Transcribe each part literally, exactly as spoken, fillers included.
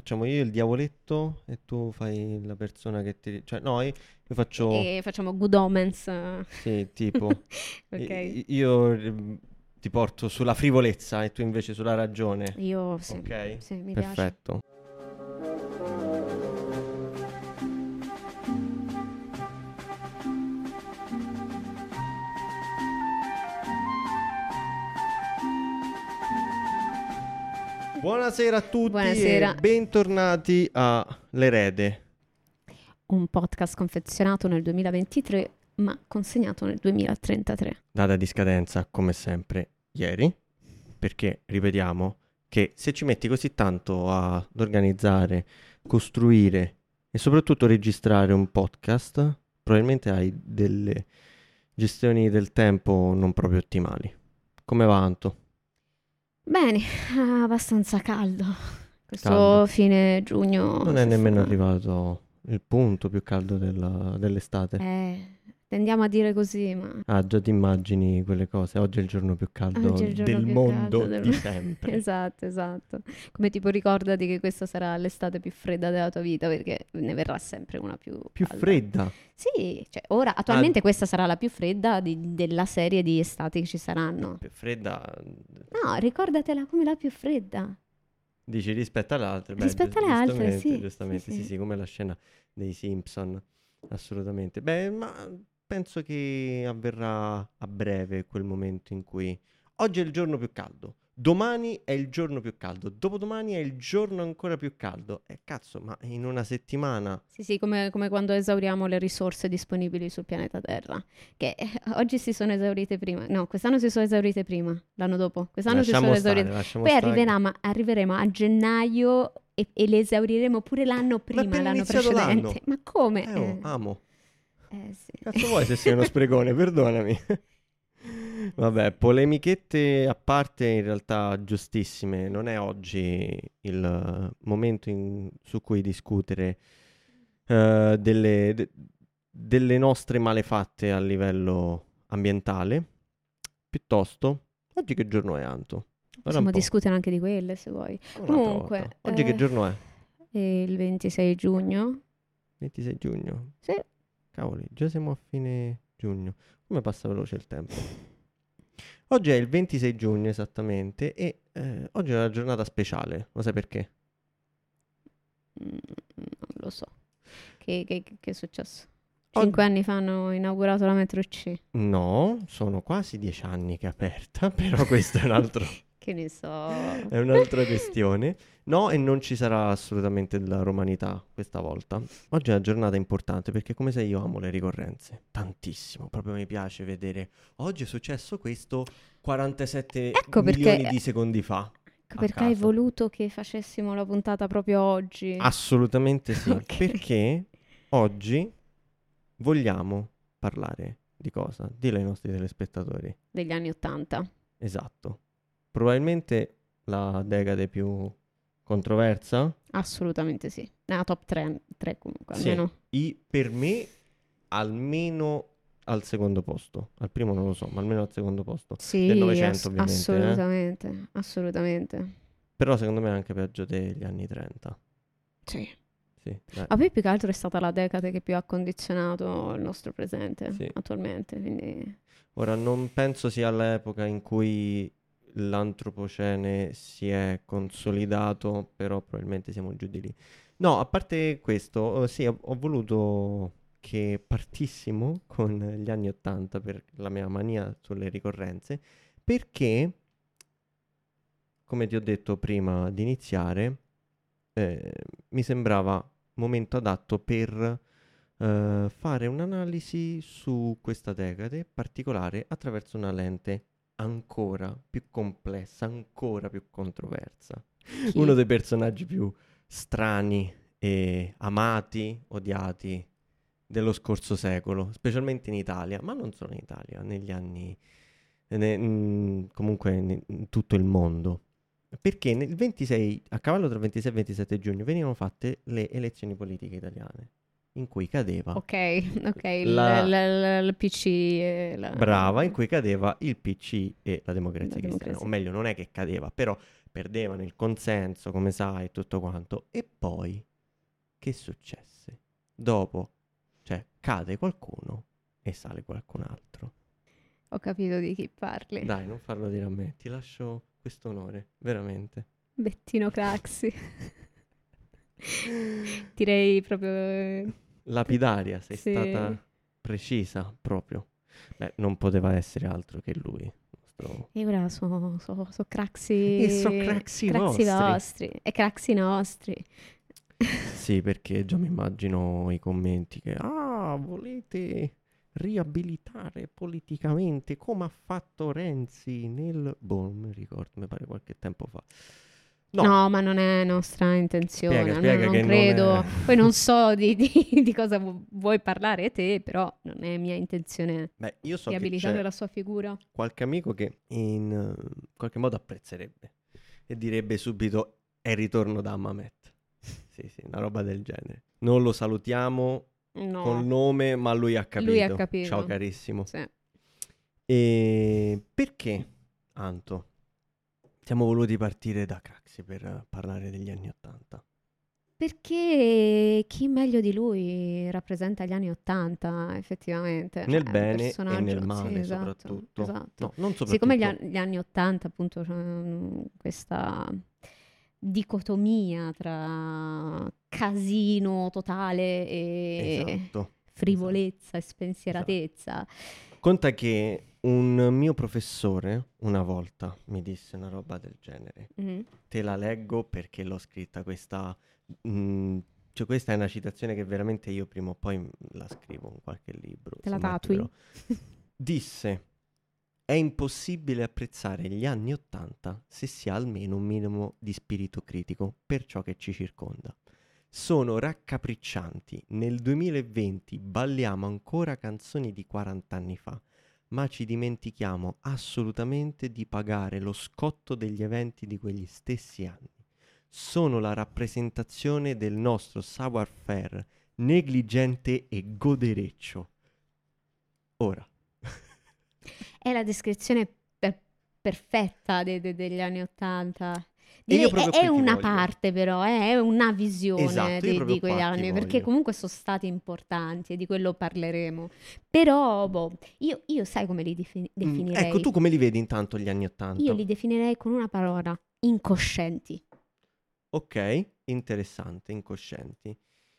facciamo io il diavoletto e tu fai la persona che ti... Cioè, no, io, io faccio... E facciamo good omens. Sì, tipo... Ok. i- Io mm, ti porto sulla frivolezza e tu invece sulla ragione. Io sì, Ok? sì, mi piace. Perfetto. Buonasera a tutti Buonasera. e bentornati a L'Erede. Un podcast confezionato nel duemilaventitré, ma consegnato nel duemilatrentatré. Data di scadenza, come sempre, ieri, perché ripetiamo che se ci metti così tanto ad organizzare, costruire e soprattutto registrare un podcast, probabilmente hai delle gestioni del tempo non proprio ottimali. Come va, Anto? Bene, abbastanza caldo. Questo Caldo. fine giugno Non è si nemmeno sta- arrivato il punto più caldo della- dell'estate. Eh, tendiamo a dire così, ma Ah, già ti immagini quelle cose. Oggi è il giorno più caldo oggi è il giorno del più mondo caldo del- di sempre. Esatto, esatto. Come tipo ricordati che questa sarà l'estate più fredda della tua vita, perché ne verrà sempre una più Più calda. fredda. Sì, cioè ora attualmente questa sarà la più fredda di- della serie di estati che ci saranno. Più fredda, No, ricordatela come la più fredda. dici rispetto alle altre. Beh, Rispetto giu- alle altre, giustamente, sì, giustamente, sì, sì, sì. sì, come la scena dei Simpson. Assolutamente. Beh, ma penso che avverrà a breve quel momento in cui oggi è il giorno più caldo. Domani è il giorno più caldo, dopodomani è il giorno ancora più caldo. E cazzo, ma in una settimana Sì, sì, come, come quando esauriamo le risorse disponibili sul pianeta Terra, che eh, oggi si sono esaurite prima, no, quest'anno si sono esaurite prima, l'anno dopo, quest'anno si lasciamo sono stare, esaurite, lasciamo poi stare. arriveremo, arriveremo a gennaio e, e le esauriremo pure l'anno Ma è prima, appena l'anno iniziato precedente. l'anno. Ma come? Eh, oh, Eh, amo. eh, sì. Cazzo vuoi se sei uno sprecone, perdonami. Vabbè, polemichette a parte, in realtà giustissime. Non è oggi il eh, momento in- su cui discutere eh, delle, de- delle nostre malefatte a livello ambientale. Piuttosto, oggi che giorno è, Anto? Guarda un Possiamo po', discutere anche di quelle se vuoi. un'altra Comunque, volta. Oggi che eh, giorno è? è il ventisei giugno. ventisei giugno. Sì. Cavoli, già siamo a fine giugno. Come passa veloce il tempo? Oggi è il ventisei giugno esattamente e eh, oggi è una giornata speciale. Lo sai perché? Mm, non lo so. Che, che- che è successo? Og- Cinque anni fa hanno inaugurato la metro C. No, sono quasi dieci anni che è aperta, però questo è un altro, Che ne so. è un'altra questione. No, e non ci sarà assolutamente della romanità questa volta. Oggi è una giornata importante perché, come sai, io amo le ricorrenze tantissimo. Proprio mi piace vedere. Oggi è successo questo quarantasette Ecco perché- milioni di secondi fa. Ecco a perché hai casa. voluto che facessimo la puntata proprio oggi. Assolutamente sì, Ok. perché oggi vogliamo parlare di cosa? Dillo ai nostri telespettatori. Degli anni Ottanta. Esatto. Probabilmente la decade più controversa. Assolutamente sì. Nella top tre comunque, Sì. almeno. I- per me almeno al secondo posto. Al primo non lo so, ma almeno al secondo posto. Sì, Del Novecento, ass- ovviamente, eh. assolutamente, assolutamente. Però secondo me è anche peggio degli anni trenta. Sì. Sì, dai. Ma poi più che altro è stata la decade che più ha condizionato il nostro presente Sì. attualmente, quindi Ora non penso sia l'epoca in cui l'antropocene si è consolidato, però probabilmente siamo giù di lì. No, a parte questo, eh, sì, ho, ho voluto che partissimo con gli anni Ottanta per la mia mania sulle ricorrenze, perché, come ti ho detto prima di iniziare, eh, mi sembrava momento adatto per eh, fare un'analisi su questa decade particolare attraverso una lente ancora più complessa, ancora più controversa. chi? Uno dei personaggi più strani e amati, odiati dello scorso secolo, specialmente in Italia, ma non solo in Italia, negli anni, ne- mm, comunque ne- in tutto il mondo. Perché nel ventisei, a cavallo tra il ventisei e il ventisette giugno, venivano fatte le elezioni politiche italiane, in cui cadeva, Ok, ok, il, La- il- il- il P C e la... brava, in cui cadeva il P C e la democrazia La cristiana. democrazia. O meglio, non è che cadeva, però perdevano il consenso, come sai, e tutto quanto. E poi, che successe? Dopo, cioè, cade qualcuno e sale qualcun altro. Ho capito di chi parli. Dai, non farlo dire a me, ti lascio questo onore, veramente. Bettino Craxi. Direi proprio... eh, Lapidaria, sei sì. stata precisa proprio. Beh, non poteva essere altro che lui. il Nostro... E ora sono so, so Craxi... E so Craxi Craxi vostri. vostri. E Craxi nostri. Sì, perché già mi immagino i commenti che ah, volete riabilitare politicamente come ha fatto Renzi nel boh, non mi ricordo, mi pare qualche tempo fa. No, No, ma non è nostra intenzione, spiega, non, spiega non che non credo. è Poi non so di, di- di cosa vu- vuoi parlare te, però non è mia intenzione Beh, io so che riabilitare c'è la sua figura. qualche amico che in eh, qualche modo apprezzerebbe e direbbe subito è il ritorno da Mamet. Sì, sì, una roba del genere. Non lo salutiamo col No, nome, ma lui ha capito. lui ha Ciao capito. carissimo. Sì. E perché, Anto, siamo voluti partire da Craxi per eh, parlare degli anni Ottanta? Perché chi meglio di lui rappresenta gli anni Ottanta, effettivamente. Cioè, Nel è un bene e personaggio... nel Sì, male, esatto, soprattutto. esatto. No, non Siccome gli, soprattutto. an- gli anni Ottanta, appunto, c'è mm, questa dicotomia tra casino totale e Esatto, frivolezza e esatto. spensieratezza. Conta che un mio professore una volta mi disse una roba del genere. Mhm. Te la leggo perché l'ho scritta questa... mm, cioè questa è una citazione che veramente io prima o poi mm, la scrivo in qualche libro, Te la se mai tatui? troverò. Disse, è impossibile apprezzare gli anni Ottanta se si ha almeno un minimo di spirito critico per ciò che ci circonda. Sono raccapriccianti. Nel duemilaventi balliamo ancora canzoni di quaranta anni fa, ma ci dimentichiamo assolutamente di pagare lo scotto degli eventi di quegli stessi anni. Sono la rappresentazione del nostro savoir-faire negligente e godereccio. Ora. È la descrizione per- perfetta de- de- degli anni Ottanta. E io Direi è, proprio è qui ti una voglio. parte però, eh, è una visione Esatto, io di, di proprio quegli qua ti anni, perché voglio. comunque sono stati importanti e di quello parleremo. Però, boh, io, io sai come li defini- Mm, ecco, definirei? tu come li vedi intanto gli anni Io Ottanta? li definirei con una parola, incoscienti. Ok, interessante, incoscienti.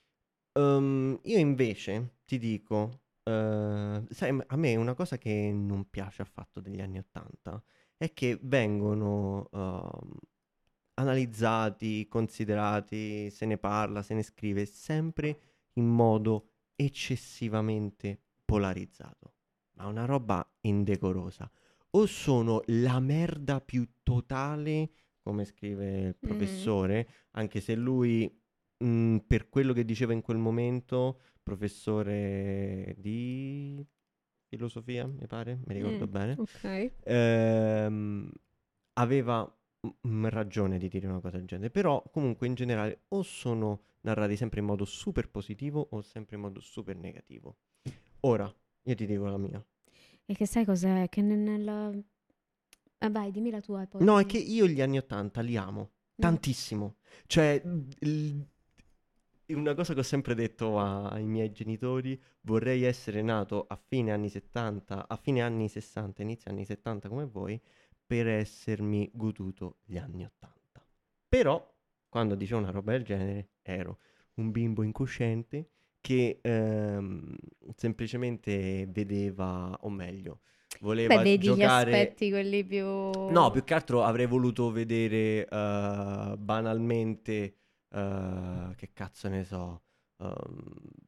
Ehm, io invece ti dico, eh, sai, m- a me una cosa che non piace affatto degli anni Ottanta è che vengono ehm, analizzati, considerati, se ne parla, se ne scrive sempre in modo eccessivamente polarizzato. Ma una roba indecorosa. O sono la merda più totale, come scrive il Mhm. professore, anche se lui, mh, per quello che diceva in quel momento, professore di filosofia, mi pare, mi ricordo Mm, bene, ok. ehm, aveva mm, ragione di dire una cosa del genere, però comunque in generale o sono narrati sempre in modo super positivo o sempre in modo super negativo. Ora, io ti dico la mia. E che sai cos'è? Che ne- nella... Ah, vai, dimmi la tua e No, è che poi... io gli anni Ottanta li amo Mm. tantissimo. Cioè, il- una cosa che ho sempre detto a- ai miei genitori, vorrei essere nato a fine anni settanta, a fine anni sessanta, inizio anni settanta come voi, per essermi goduto gli anni Ottanta. Però, quando dicevo una roba del genere, ero un bimbo incosciente che ehm, semplicemente vedeva, o meglio, Beh, voleva vedi gli giocare. aspetti quelli No, più... più che altro avrei voluto vedere eh, banalmente, eh, che cazzo ne so, ehm,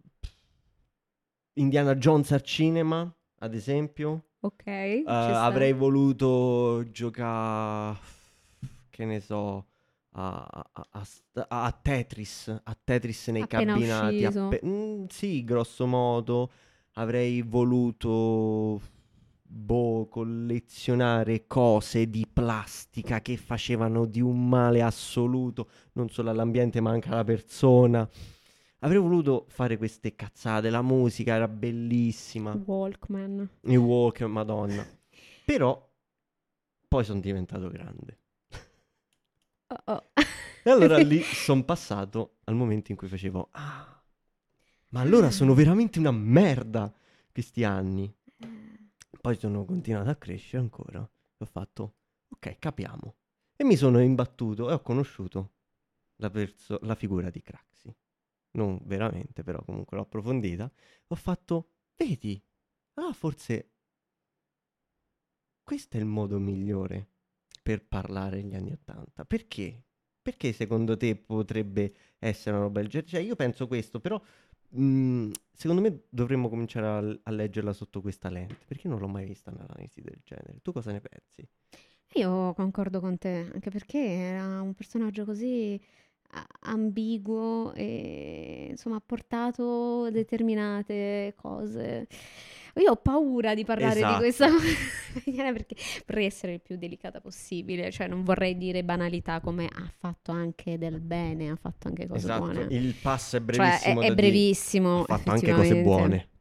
Indiana Jones al cinema, ad esempio. Ok, Eh, ci sta. avrei voluto giocare, che ne so, a, a- a st- a Tetris, a Tetris nei Appena cabinati. a uscito. pe- mm, sì, grosso modo. Avrei voluto, boh, collezionare cose di plastica che facevano di un male assoluto, non solo all'ambiente ma anche alla persona. Avrei voluto fare queste cazzate, la musica era bellissima. Walkman. I walk, madonna. Però poi sono diventato grande. Oh, oh. E allora lì sono passato al momento in cui facevo, ah, ma allora sono veramente una merda questi anni. Poi sono continuato a crescere ancora. Ho fatto, ok, capiamo. E mi sono imbattuto e ho conosciuto la, perso- la figura di Craxi. Non veramente, però comunque l'ho approfondita. Ho fatto, vedi, allora forse questo è il modo migliore per parlare degli anni Ottanta. Perché? Perché secondo te potrebbe essere una roba del genere? Cioè, io penso questo, però mh, secondo me dovremmo cominciare a, a leggerla sotto questa lente, perché io non l'ho mai vista un'analisi del genere. Tu cosa ne pensi? Io concordo con te, anche perché era un personaggio così a- ambiguo e insomma ha portato determinate cose. Io ho paura di parlare di questa Esatto, maniera perché vorrei essere il più delicata possibile, cioè non vorrei dire banalità come ha fatto anche del bene, ha fatto anche cose esatto. buone. Il passo è Cioè è, brevissimo è da dire. Ha brevissimo, fatto anche cose effettivamente. buone.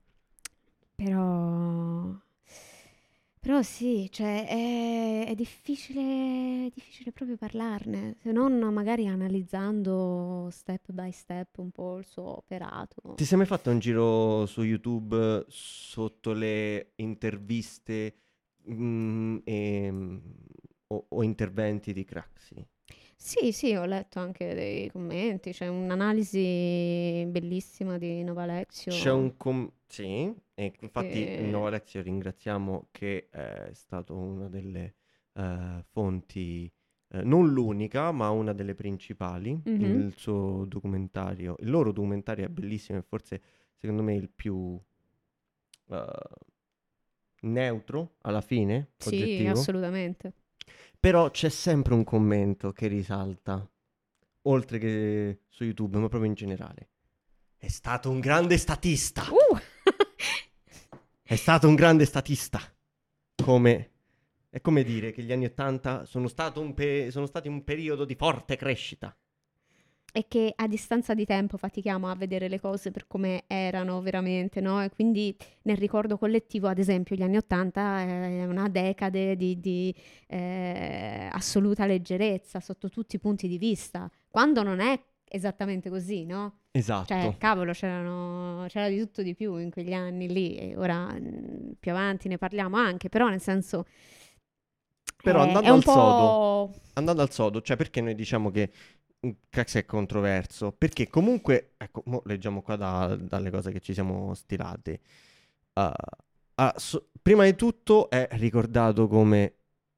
Però, però sì, cioè è, è difficile, è difficile proprio parlarne, se non magari analizzando step by step un po' il suo operato. Ti sei mai fatto un giro su YouTube sotto le interviste mm, e- o, o interventi di Craxi? Sì, sì, ho letto anche dei commenti, c'è un'analisi bellissima di Nova C'è Alexio un com- sì, e infatti che... Nova Alexio ringraziamo che è stato una delle eh, fonti, eh, non l'unica, ma una delle principali. Mhm. Il suo documentario, il loro documentario è bellissimo e forse secondo me il più eh, neutro alla fine, Sì, oggettivo. assolutamente. Però c'è sempre un commento che risalta, oltre che su YouTube, ma proprio in generale. È stato un grande statista. Uh! È stato un grande statista. Come è come dire che gli anni Ottanta sono, stato un pe- sono stati un periodo di forte crescita. E che a distanza di tempo fatichiamo a vedere le cose per come erano veramente, no? E quindi nel ricordo collettivo, ad esempio, gli anni Ottanta è una decade di, di, eh, assoluta leggerezza sotto tutti i punti di vista, quando non è esattamente così, no? Cioè, Esatto. cavolo, c'erano, c'era di tutto di più in quegli anni lì, e ora mh, più avanti ne parliamo anche, però nel senso Però è, è andando un al sodo, po'... andando al sodo, cioè perché noi diciamo che mm, Crax è controverso? Perché comunque, ecco, mo leggiamo qua da- dalle cose che ci siamo stilati. Uh, ah, so- prima di tutto è ricordato come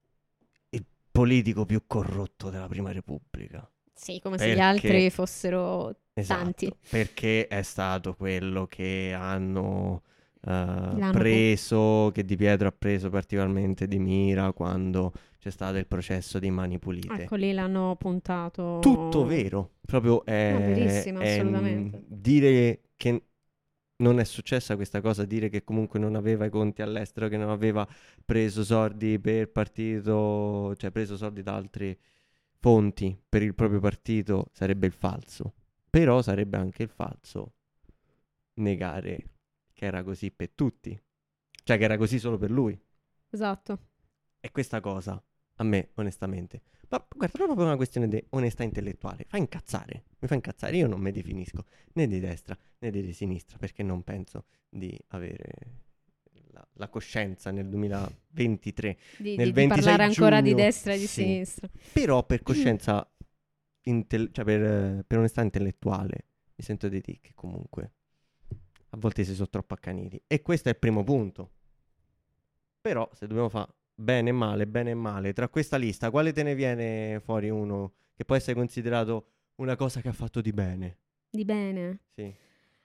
il politico più corrotto della Prima Repubblica. Sì, come se gli Perché, altri fossero tanti. esatto, perché è stato quello che hanno eh, L'hanno pu- preso, che Di Pietro ha preso particolarmente di mira quando c'è stato il processo di Mani Pulite. Ecco lì l'hanno Tutto puntato. vero, proprio No, è, verissimo, è, mm, assolutamente. dire che non è successa questa cosa, dire che comunque non aveva i conti all'estero, che non aveva preso soldi per partito, cioè preso soldi da altre fonti per il proprio partito, sarebbe il falso. Però sarebbe anche il falso negare che era così per tutti, cioè che era così solo per lui. Esatto. E questa cosa, a me, onestamente, ma guarda, è proprio una questione di onestà intellettuale. Fa incazzare, mi fa incazzare. Io non mi definisco né di destra né di sinistra perché non penso di avere la, la coscienza nel duemilaventitré, Di, nel di- di parlare ventisei ancora di giugno, destra e di sì. sinistra. Però per coscienza, intel- cioè per, eh, per onestà intellettuale, mi sento di dire che comunque a volte si sono troppo accaniti. E questo è il primo punto. Però se dobbiamo fare bene e male, bene e male, tra questa lista, quale te ne viene fuori uno che può essere considerato una cosa che ha fatto di bene? Di bene. Sì,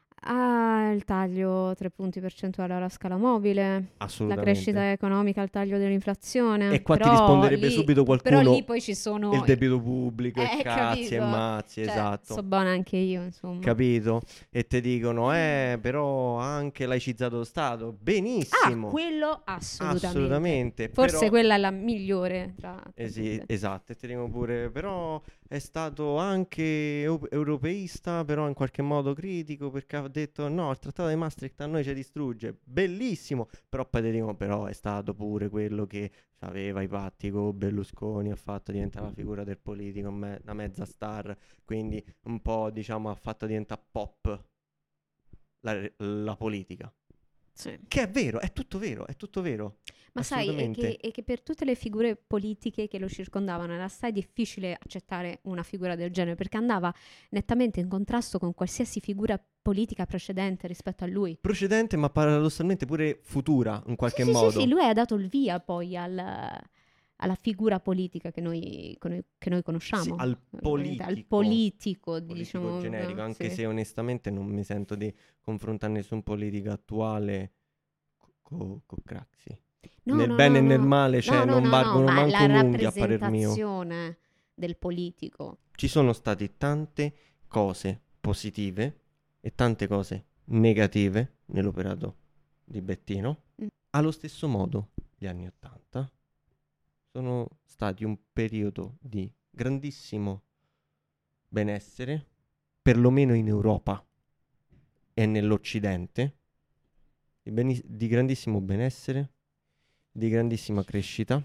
Ah, il taglio tre punti percentuali alla scala mobile, la assolutamente. crescita economica al taglio dell'inflazione, E qua ti però risponderebbe lì, subito però lì qualcuno, poi ci il sono... debito pubblico, e Eh, cazzi e capito? mazzi, Cioè, so esatto. buona anche io, insomma. Capito? E ti dicono, eh, però ha anche laicizzato lo Stato. Ah, Benissimo, quello assolutamente. assolutamente, Forse però... quella è la migliore tra, tra Esi- tutte. esatto, e ti dico pure, però è stato anche eu- europeista, però in qualche modo critico perché ha ha detto no, il trattato di Maastricht a noi ci distrugge, bellissimo, però poi ti dicono però è stato pure quello che aveva i patti con Berlusconi, ha fatto diventare la figura del politico, me- una mezza star, quindi un po' diciamo ha fatto diventare pop la, la politica. Sì. Che è vero, è tutto vero, è tutto vero. Ma sai, è Assolutamente. che, è che per tutte le figure politiche che lo circondavano era assai difficile accettare una figura del genere, perché andava nettamente in contrasto con qualsiasi figura politica precedente rispetto a lui. Precedente, ma paradossalmente pure futura, in qualche sì, modo. Sì, sì, lui ha dato il via poi al, alla figura politica che noi, che noi, che noi conosciamo. Sì, al politico. Al politico, politico diciamo. generico, anche sì. se onestamente non mi sento di confrontare nessun politico attuale con co Craxi. No, nel no, bene no, e nel no. male, cioè no, no, non no, valgono no, ma manco la un'unghia a parer mio. rappresentazione del politico. Ci sono state tante cose positive e tante cose negative nell'operato di Bettino. Mm. Allo stesso modo, gli anni Ottanta sono stati un periodo di grandissimo benessere, perlomeno in Europa e nell'Occidente, di, beni- di grandissimo benessere, di grandissima crescita,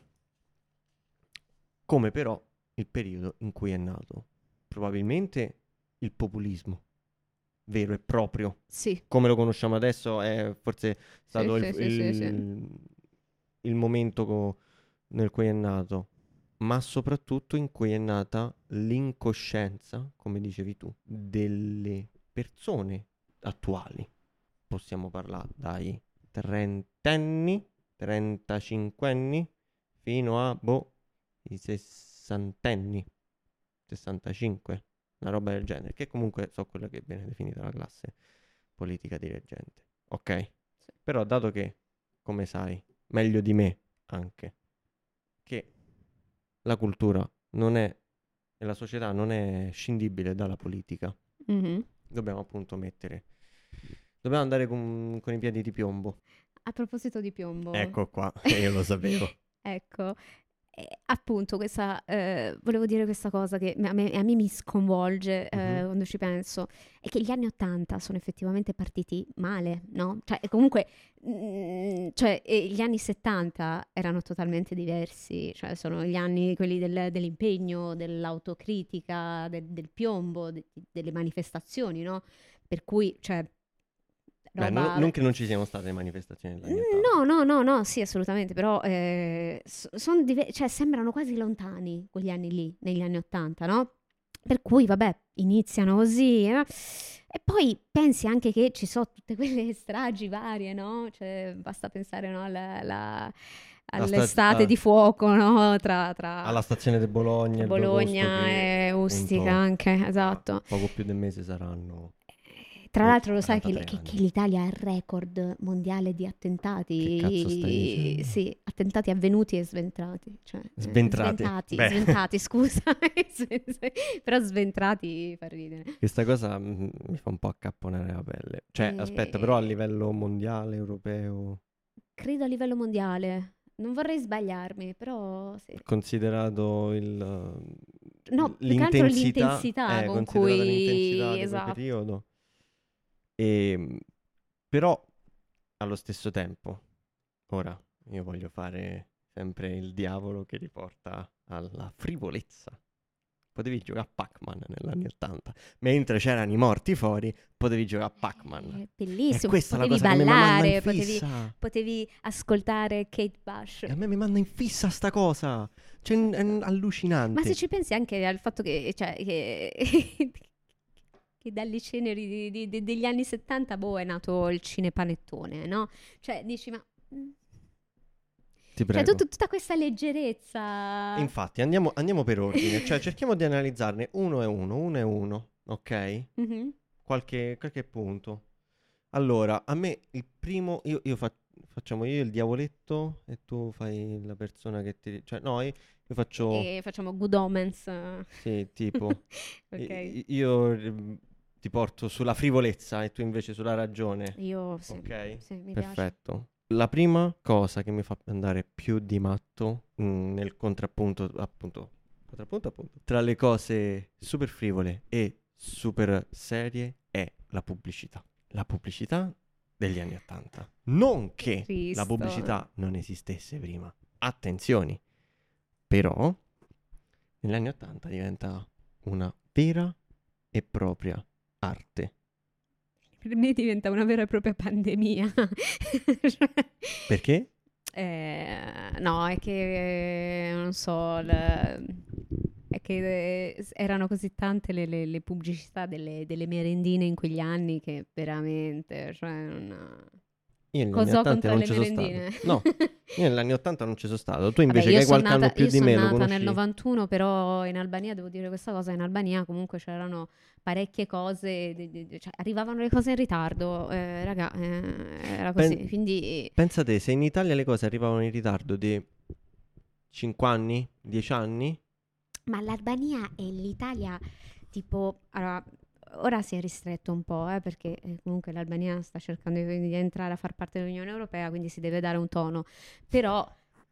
come però il periodo in cui è nato probabilmente il populismo vero e proprio, Sì. come lo conosciamo adesso, è forse stato Sì, il, sì, sì, sì, il- sì. il momento co- nel cui è nato, ma soprattutto in cui è nata l'incoscienza, come dicevi tu, delle persone attuali. Possiamo parlare dai trentenni, trentacinquenni, fino a, boh, i sessantenni, sessantacinque, una roba del genere, che comunque so quella che viene definita la classe politica dirigente. Ok? Sì. Però dato che, come sai, meglio di me anche, che la cultura non è, e la società non è scindibile dalla politica, Mm-hmm. dobbiamo appunto mettere, dobbiamo andare con, con i piedi di piombo. A proposito di piombo. Ecco qua, io lo sapevo. Ecco, eh, appunto, questa, eh, volevo dire questa cosa che a me, a me mi sconvolge eh, Mhm. quando ci penso, è che gli anni Ottanta sono effettivamente partiti male, no? Cioè, e comunque, mm, cioè, e gli anni Settanta erano totalmente diversi, cioè sono gli anni quelli del- dell'impegno, dell'autocritica, del, del piombo, de- delle manifestazioni, no? Per cui, cioè, Beh, non, roba... non che non ci siano state manifestazioni negli anni ottanta. No, no, no, no, sì, assolutamente, però eh, so- son dive- cioè, sembrano quasi lontani quegli anni lì, negli anni Ottanta, no? Per cui, vabbè, iniziano così, eh, e poi pensi anche che ci sono tutte quelle stragi varie, no? Cioè, basta pensare, no, alla- la- La sta- all'estate a- di fuoco, no? Tra, tra- alla stazione di Bologna, tra il due agosto, Bologna che e Ustica appunto anche, tra esatto. poco più di un mese saranno Tra oh, l'altro lo sai che, quarantatré che- anni. che l'Italia ha il record mondiale di attentati? Che cazzo stai dicendo? Sì, attentati avvenuti e sventati. Cioè, eh, Sventrati. sventati, Beh. sventati, scusa. Però sventrati fa ridere. Questa cosa mm, mi fa un po' accapponare la pelle. Cioè, E- aspetta, però a livello mondiale, europeo, Credo a livello mondiale. Non vorrei sbagliarmi, però sì. considerato il, No, più che altro l'intensità eh, con considerata cui... l'intensità di quel Esatto. periodo. E, però, allo stesso tempo, ora io voglio fare sempre il diavolo che riporta alla frivolezza. Potevi giocare a Pac-Man negli anni ottanta, mentre c'erano i morti fuori, potevi giocare a Pac-Man. Eh, E bellissimo, questa è la potevi cosa che mi manda in ballare, potevi, fissa. potevi ascoltare Kate Bush. E a me mi manda in fissa sta cosa. Cioè, è Esatto. allucinante. Ma se ci pensi anche al fatto che, cioè, che, che dalle ceneri di- di- di- degli anni settanta, boh, è nato il cinepanettone, no? Cioè, dici, ma... Ti Cioè, prego. tut- tutta questa leggerezza... Infatti, andiamo, andiamo per ordine. Cioè, cerchiamo di analizzarne uno e uno, uno e uno, ok? Mhm. Qualche, qualche punto. Allora, a me il primo... Io, io fa- facciamo io il diavoletto e tu fai la persona che ti... Cioè, no, io, io faccio... E facciamo Good Omens. Sì, tipo... Ok. I- io eh, ti porto sulla frivolezza e tu invece sulla ragione. Io, sì, Ok? sì, mi piace. Perfetto. La prima cosa che mi fa andare più di matto mm, nel contrappunto, appunto, contrappunto appunto, tra le cose super frivole e super serie è la pubblicità. la pubblicità degli anni ottanta. Non che Cristo. la pubblicità non esistesse prima. Attenzioni. Però negli anni ottanta diventa una vera e propria arte. Per me diventa una vera e propria pandemia. Cioè, Perché? eh, no, è che eh, non so, l- è che eh, erano così tante le, le- le pubblicità delle, delle merendine in quegli anni che veramente, cioè, non... Io negli anni Cos'ho ottanta contro non le ci sono stato. merendine? No, io negli anni ottanta non ci sono stato. Tu Vabbè, invece che io hai sono qualche anno nata, più io di son me lo nata nel conosci? novantuno, però in Albania, devo dire questa cosa, in Albania comunque c'erano parecchie cose, di- di- di- cioè arrivavano le cose in ritardo, eh, raga, eh, era così, Pen- quindi... pensa te, se in Italia le cose arrivavano in ritardo di cinque anni, dieci anni, Ma l'Albania e l'Italia, tipo, allora, ora si è ristretto un po', eh, perché eh, comunque l'Albania sta cercando di, di entrare a far parte dell'Unione Europea, quindi si deve dare un tono, però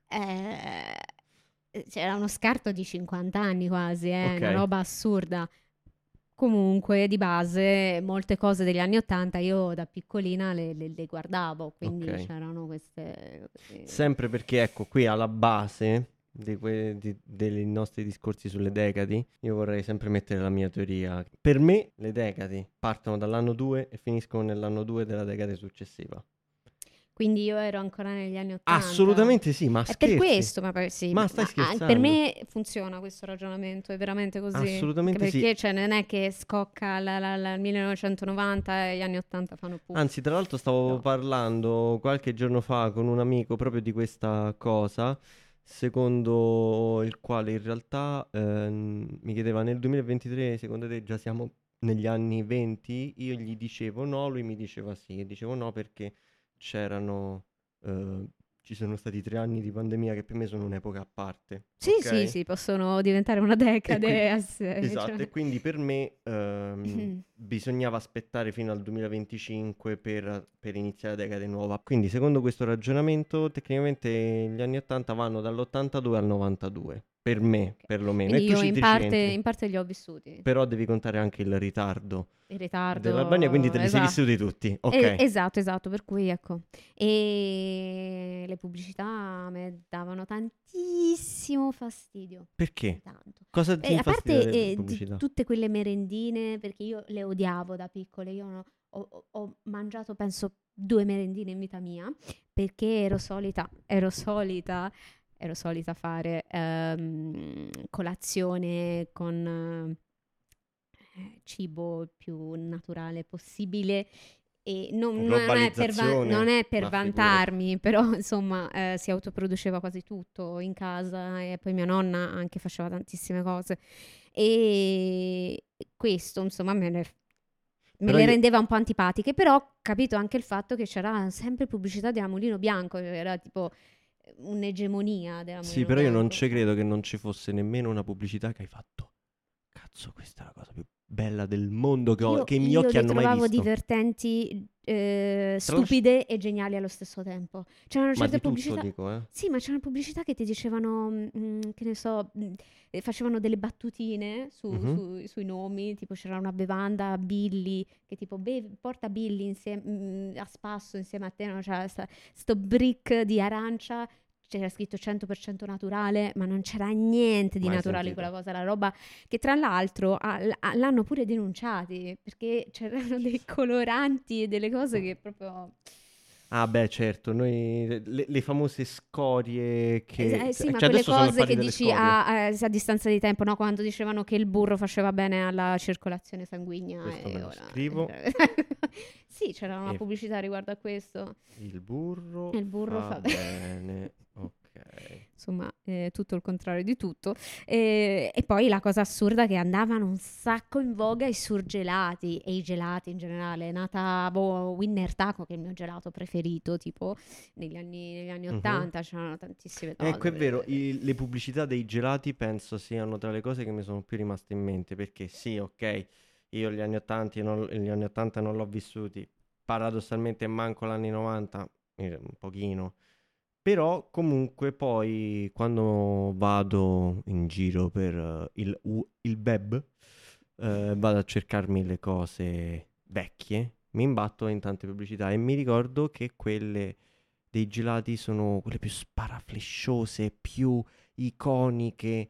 eh, c'era uno scarto di cinquanta anni quasi, eh, una ok. roba assurda. Comunque, di base, molte cose degli anni Ottanta io da piccolina le, le- le guardavo, quindi Ok. c'erano queste... questi- Sempre perché, ecco, qui alla base di que- di- dei nostri discorsi sulle decadi, io vorrei sempre mettere la mia teoria. Per me le decadi partono dall'anno due e finiscono nell'anno due della decade successiva. Quindi io ero ancora negli anni Ottanta. Assolutamente sì, ma È per scherzi? questo, ma poi sì, Ma stai ma ah, per scherzando? me funziona questo ragionamento, è veramente così. Anche Assolutamente sì. perché cioè, non è che scocca la, la- la- il millenovecentonovanta e gli anni Ottanta fanno puff. Anzi, tra l'altro stavo No. parlando qualche giorno fa con un amico proprio di questa cosa, secondo il quale in realtà ehm, mi chiedeva nel duemilaventitré, secondo te già siamo negli anni venti? Io gli dicevo no, lui mi diceva sì, e dicevo no perché c'erano, eh, ci sono stati tre anni di pandemia che per me sono un'epoca a parte, Sì, sì, ok? sì, possono diventare una E qui- decade a sé. esatto, Cioè. e quindi per me ehm, bisognava aspettare fino al duemilaventicinque per, per iniziare la decade nuova. Quindi, secondo questo ragionamento, tecnicamente gli anni ottanta vanno dall'ottantadue al novantadue, per me Ok. perlomeno. E Quindi tu io ci in ti parte, rientri, in parte li ho vissuti. però devi contare anche il ritardo In dell'Albania, quindi ritardo, te li sei esatto. vissuti tutti, E- ok? esatto, esatto, per cui ecco. E le pubblicità mi davano tantissimo fastidio. Perché? Tanto. Cosa ti E a infastidia parte delle eh, di pubblicità? tutte quelle merendine, perché io le odiavo da piccole, io no- ho, ho- ho mangiato penso due merendine in vita mia, perché ero solita, ero solita, ero solita fare ehm, colazione con eh, cibo il più naturale possibile. E non, non è per, va- non Globalizzazione, è per ma figurati. vantarmi, però insomma eh, si autoproduceva quasi tutto in casa e poi mia nonna anche faceva tantissime cose. E questo insomma me le, me Però le io, rendeva un po' antipatiche, però ho capito anche il fatto che c'era sempre pubblicità della Mulino Bianco, era tipo un'egemonia della sì, Mulino però io non Bianco. ci credo che non ci fosse nemmeno una pubblicità che hai fatto. Cazzo, questa è la cosa più bella del mondo che, ho- Io, che i miei io occhi le hanno mai trovavo visto. divertenti, eh, Tralasci- stupide e geniali allo stesso tempo. C'erano Ma certe di tutto pubblicità. dico, eh. Sì, ma c'erano pubblicità che ti dicevano, mm, che ne so, mm, eh, facevano delle battutine su- Mhm. su- sui nomi, tipo c'era una bevanda Billy, che tipo bevi- porta Billy insieme, mm, a spasso insieme a te, no? C'era sta- sto brick di arancia, c'era scritto cento per cento naturale, ma non c'era niente di Mai naturale in quella sentito. cosa, la roba che tra l'altro ha- ha- l'hanno pure denunciati, perché c'erano dei coloranti e delle cose che proprio... Ah, beh, certo, noi le, le famose scorie Eh, che... eh, sì, ma Cioè, quelle adesso sono cose affari che delle dici scorie. a, a- a distanza di tempo, no? Quando dicevano che il burro faceva bene alla circolazione sanguigna Questo me e lo ora... scrivo. Sì, c'era una E pubblicità riguardo a questo. il burro E il burro fa fa bene. bene. Ok. Insomma, eh, tutto il contrario di tutto. E, e poi la cosa assurda è che andavano un sacco in voga i surgelati e i gelati in generale. È nata boh, Winner Taco, che è il mio gelato preferito, tipo negli anni, negli anni Mhm. ottanta c'erano tantissime Ecco, è vero, cose. i- le pubblicità dei gelati penso siano tra le cose che mi sono più rimaste in mente, perché sì, ok, io gli anni ottanta non, gli anni ottanta non l'ho vissuti, paradossalmente manco l'anni novanta, eh, un pochino, però comunque poi quando vado in giro per eh, il, u- il web, eh, vado a cercarmi le cose vecchie mi imbatto in tante pubblicità e mi ricordo che quelle dei gelati sono quelle più sparaflesciose, più iconiche,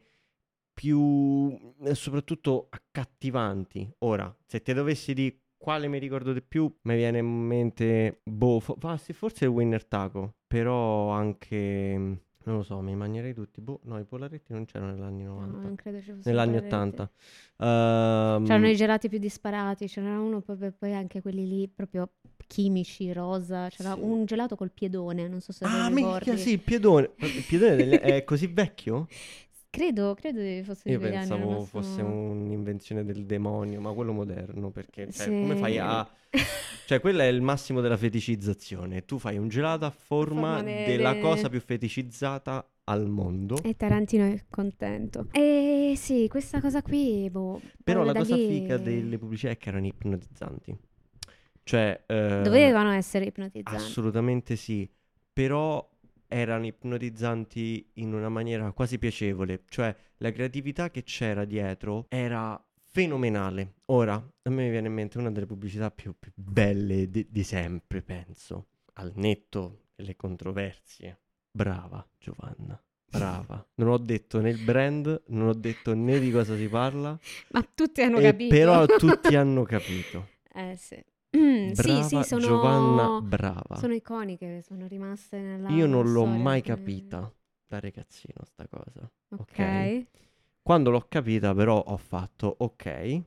più eh, soprattutto accattivanti. Ora, se te dovessi dire quale mi ricordo di più, mi viene in mente, boh, fo- fa- sì, forse il Winner Taco, però anche, mm, non lo so, mi mangerei tutti. Boh, no, i polaretti non c'erano negli anni No, novanta, non credo ci fossero negli anni paletti. ottanta. C'erano Ehm, i gelati più disparati, c'era uno poi, poi- poi anche quelli lì proprio chimici, rosa, c'era sì. un gelato col piedone, non so se lo Ah, minchia, ricordi. sì, il piedone. Il piedone degli- è così vecchio? Credo, credo che fosse di Io quegli anni, non lo pensavo fosse so. un'invenzione del demonio, ma quello moderno, perché, cioè, come fai Sì. a... Cioè, quello è il massimo della feticizzazione. Tu fai un gelato a A forma forma de- della cosa de- più feticizzata al mondo. E Tarantino è contento. E sì, questa cosa qui, boh, Però poi la da cosa figa delle lì pubblicità è che erano ipnotizzanti. Cioè, eh, dovevano essere ipnotizzanti. assolutamente sì, però erano ipnotizzanti in una maniera quasi piacevole, cioè la creatività che c'era dietro era fenomenale. Ora, a me viene in mente una delle pubblicità più, più belle di, di sempre, penso, al netto delle controversie. Brava Giovanna, brava. Non ho detto né il brand, non ho detto né di cosa si parla, Ma tutti hanno e capito. però tutti hanno capito. Eh sì. Mm, sì, sì, Brava Giovanna, sono, brava. sono iconiche, sono rimaste nella, Io nella non l'ho storia. mai come- capita da ragazzino sta cosa, Ok. ok? Quando l'ho capita però ho fatto, ok,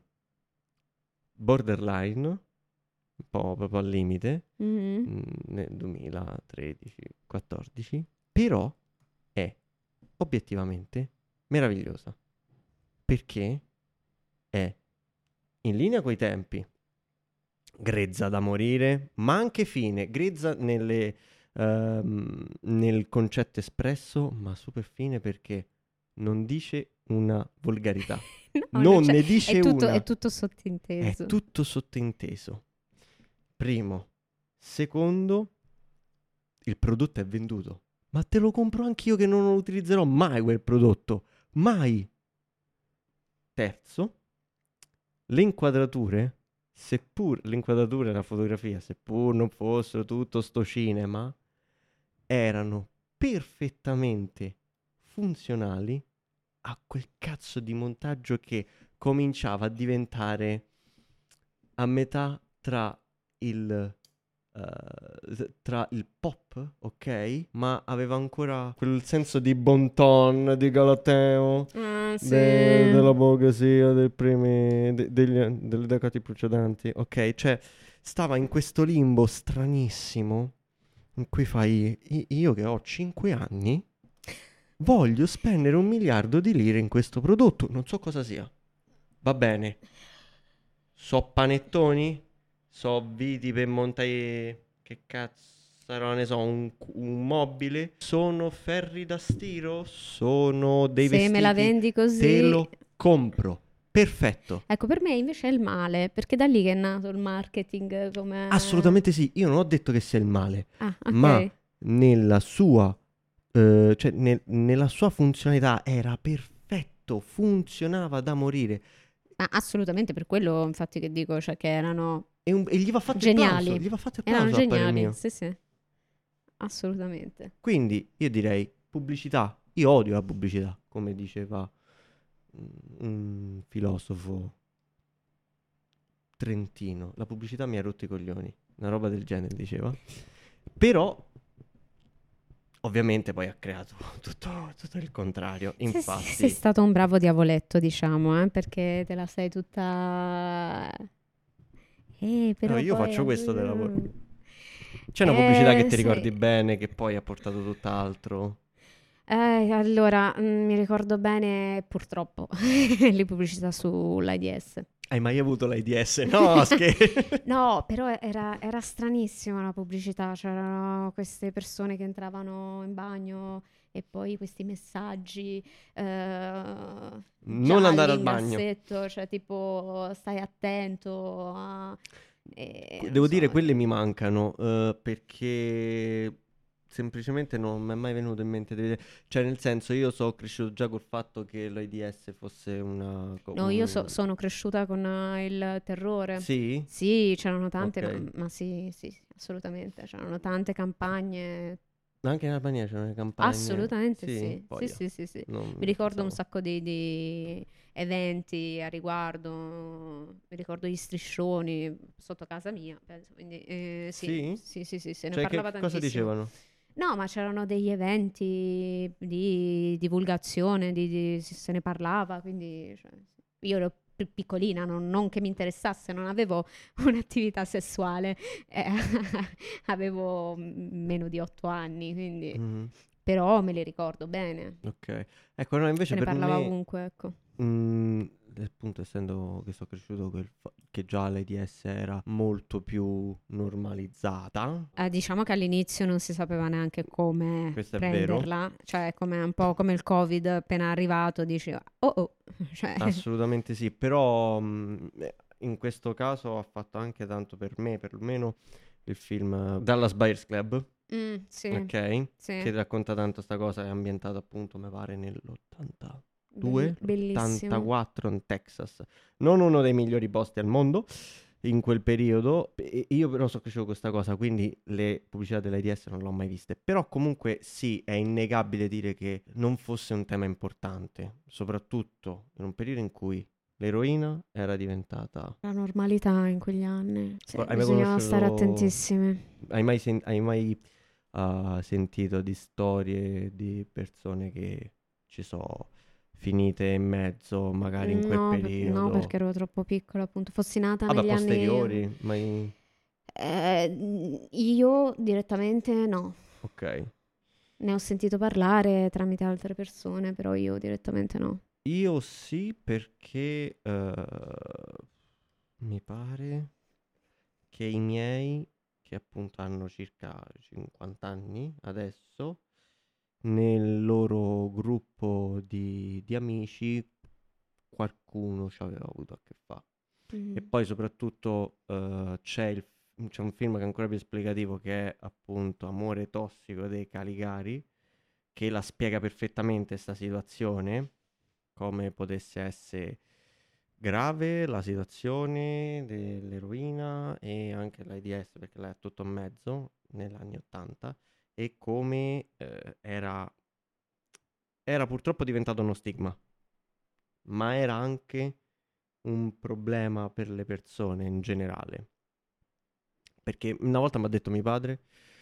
borderline, un po' proprio al limite, Mhm. mm, nel duemilatredici quattordici, però è obiettivamente meravigliosa, perché è in linea coi tempi, grezza da morire, ma anche fine, grezza nelle, ehm, nel concetto espresso, ma super fine perché non dice una volgarità. No, non Non c'è- ne è dice tutto, è una, tutto è sottinteso. tutto sottinteso. Primo. Secondo, il prodotto è venduto. Ma te lo compro anch'io che non lo utilizzerò mai quel prodotto. Mai. Terzo, le inquadrature, seppur l'inquadratura e la fotografia, seppur non fossero tutto sto cinema, erano perfettamente funzionali a quel cazzo di montaggio che cominciava a diventare a metà tra il eh, s- tra il pop, ok? Ma aveva ancora quel senso di bon ton di Galateo, Ah, de- sì. della borghesia dei primi, de- degli- delle decadi precedenti, ok? Cioè, stava in questo limbo stranissimo in cui fai, "I- io che ho cinque anni, voglio spendere un miliardo di lire in questo prodotto, non so cosa sia. Va bene, so panettoni, so viti per montare, che cazzo, ne so, un, un mobile, sono ferri da stiro, sono dei Se me la vestiti, vendi te così. lo compro. Perfetto. Ecco, per me invece è il male, perché da lì che è nato il marketing come... Assolutamente sì, io non ho detto che sia il male, Ah, ma ok. nella sua, eh, cioè nel- nella sua funzionalità era perfetto, funzionava da morire. Ma assolutamente per quello, infatti, che dico, cioè che erano E, un- e gli va fatto il plauso, geniali. gli va fatto il Erano plauso a parer geniali, mio. sì, sì, assolutamente. Quindi io direi pubblicità, io odio la pubblicità, come diceva mm, un filosofo trentino. La pubblicità mi ha rotto i coglioni, una roba del genere diceva. Però ovviamente poi ha creato tutto, tutto il contrario. Sei, sei Infatti, stato un bravo diavoletto, diciamo, eh, perché te la sei tutta... Eh, però però io poi... faccio questo del lavoro. C'è una pubblicità che Eh, ti sì. ricordi bene, che poi ha portato tutt'altro. Eh, allora, mm, mi ricordo bene, purtroppo, le pubblicità sull'A I D S. Hai mai avuto l'AIDS? No, scherzo. No, però era, era stranissima la pubblicità, c'erano queste persone che entravano in bagno e poi questi messaggi eh, Non andare gialli al in bagno. grassetto, cioè tipo stai attento a... e Que- non Devo so, dire, quelle eh, mi mancano, eh, perché semplicemente non mi è mai venuto in mente di vedere. Cioè, nel senso, io sono cresciuto già col fatto che l'AIDS fosse una... co- No, io so- un- sono cresciuta con eh, il terrore. Sì? Sì, c'erano tante, ma, Ok. ma sì, sì, sì, assolutamente. C'erano tante campagne. Anche in Albania c'erano le campagne. Assolutamente Sì? sì. Sì, Poi sì, sì, sì. non Mi ne ricordo un pensavo. sacco di, di eventi a riguardo. Mi ricordo gli striscioni sotto casa mia, penso. Quindi eh, sì, Sì? sì, sì, sì, se ne Cioè, che, parlava che cosa tantissimo. dicevano? No, ma c'erano degli eventi di divulgazione, di, di- se se ne parlava, quindi cioè, sì. Io ero pi- piccolina, non, non che mi interessasse, non avevo un'attività sessuale, eh, avevo mm, meno di otto anni, quindi Mhm. però me li ricordo bene, Ok. Ecco, no, se invece ne per parlava me, ovunque, ecco. mm, appunto, essendo che sono cresciuto col fa- che già l'AIDS era molto più normalizzata, Eh, diciamo che all'inizio non si sapeva neanche come questo è vero. prenderla, cioè come un po' come il Covid appena arrivato, dici, oh oh, cioè, Assolutamente sì, però mh, eh, in questo caso ha fatto anche tanto per me, perlomeno il film eh, Dallas Buyers Club, mm, sì, ok? sì. Che racconta tanto sta cosa, è ambientato appunto, mi pare, Bell- nell'ottantadue, bellissimo. ottantaquattro in Texas. Non uno dei migliori posti al mondo in quel periodo. E io però sono cresciuto con questa cosa, quindi le pubblicità dell'AIDS non l'ho mai viste. Però comunque sì, è innegabile dire che non fosse un tema importante, soprattutto in un periodo in cui l'eroina era diventata... La normalità in quegli anni. Sì, Hai mai bisognava stare conosciuto... attentissimi. Hai mai, sen- hai mai uh, sentito di storie di persone che ci sono finite in mezzo, magari in quel No, per- no, perché periodo? ero troppo piccola, appunto. Fossi nata Vabbè, negli anni... posteriori, mai... Eh, io direttamente no. Ok. Ne ho sentito parlare tramite altre persone, però io direttamente no. Io sì, perché eh, mi pare che i miei, che appunto hanno circa cinquanta anni adesso, nel loro gruppo di, di amici qualcuno ci aveva avuto a che fare. E Mm. poi soprattutto eh, c'è, il- c'è un film che è ancora più esplicativo, che è appunto Amore tossico dei Caligari, che la spiega perfettamente questa situazione, come potesse essere grave la situazione dell'eroina e anche l'AIDS, perché lei è tutto in mezzo negli anni ottanta, e come eh, era, era purtroppo diventato uno stigma, ma era anche un problema per le persone in generale. Perché una volta mi ha detto mio padre,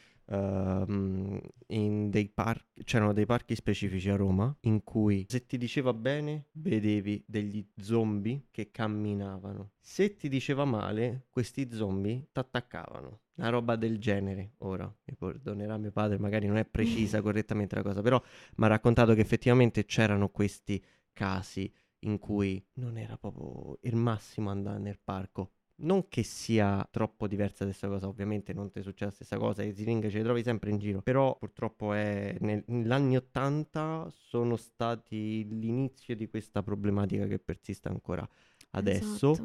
ehm, in dei parchi, c'erano dei parchi specifici a Roma in cui se ti diceva bene vedevi degli zombie che camminavano. Se ti diceva male, questi zombie ti attaccavano. Una roba del genere. Ora, mi perdonerà mio padre, magari non è precisa correttamente la cosa, però mi ha raccontato che effettivamente c'erano questi casi in cui non era proprio il massimo andare nel parco. Non che sia troppo diversa da questa cosa, ovviamente non ti succede la stessa cosa, i siringhe ce li trovi sempre in giro, però purtroppo è nel- negli anni ottanta sono stati l'inizio di questa problematica che persiste ancora adesso, Esatto.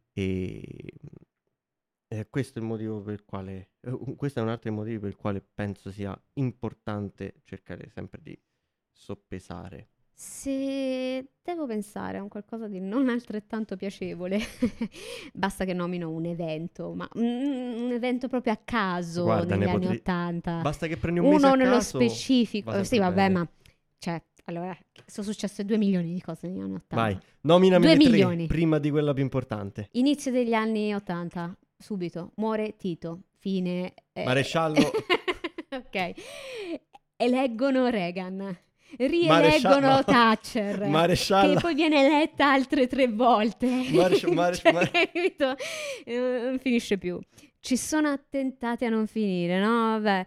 e eh, questo è il motivo per il quale, eh, questo è un altro dei motivi per il quale penso sia importante cercare sempre di soppesare. Se devo pensare a un qualcosa di non altrettanto piacevole, basta che nomino un evento, ma un, un evento proprio a caso Guarda, negli ne anni potrei... Ottanta. Basta che prendi un mese Uno a nello caso, specifico, va eh, sì, sempre vabbè, bene. ma cioè, allora, sono successe due milioni di cose negli anni Vai, Ottanta. Due nominamene tre milioni. prima di quella più importante. Inizio degli anni Ottanta, subito, muore Tito, fine. eh, Maresciallo... ok. Eleggono Reagan, Maresciallo... rieleggono No. Thatcher, che Maresciallo... poi viene eletta altre tre volte. Maresci... Maresci... Cioè, Mar- capito? Eh, Non finisce più. Ci sono attentati a non finire, no? Vabbè.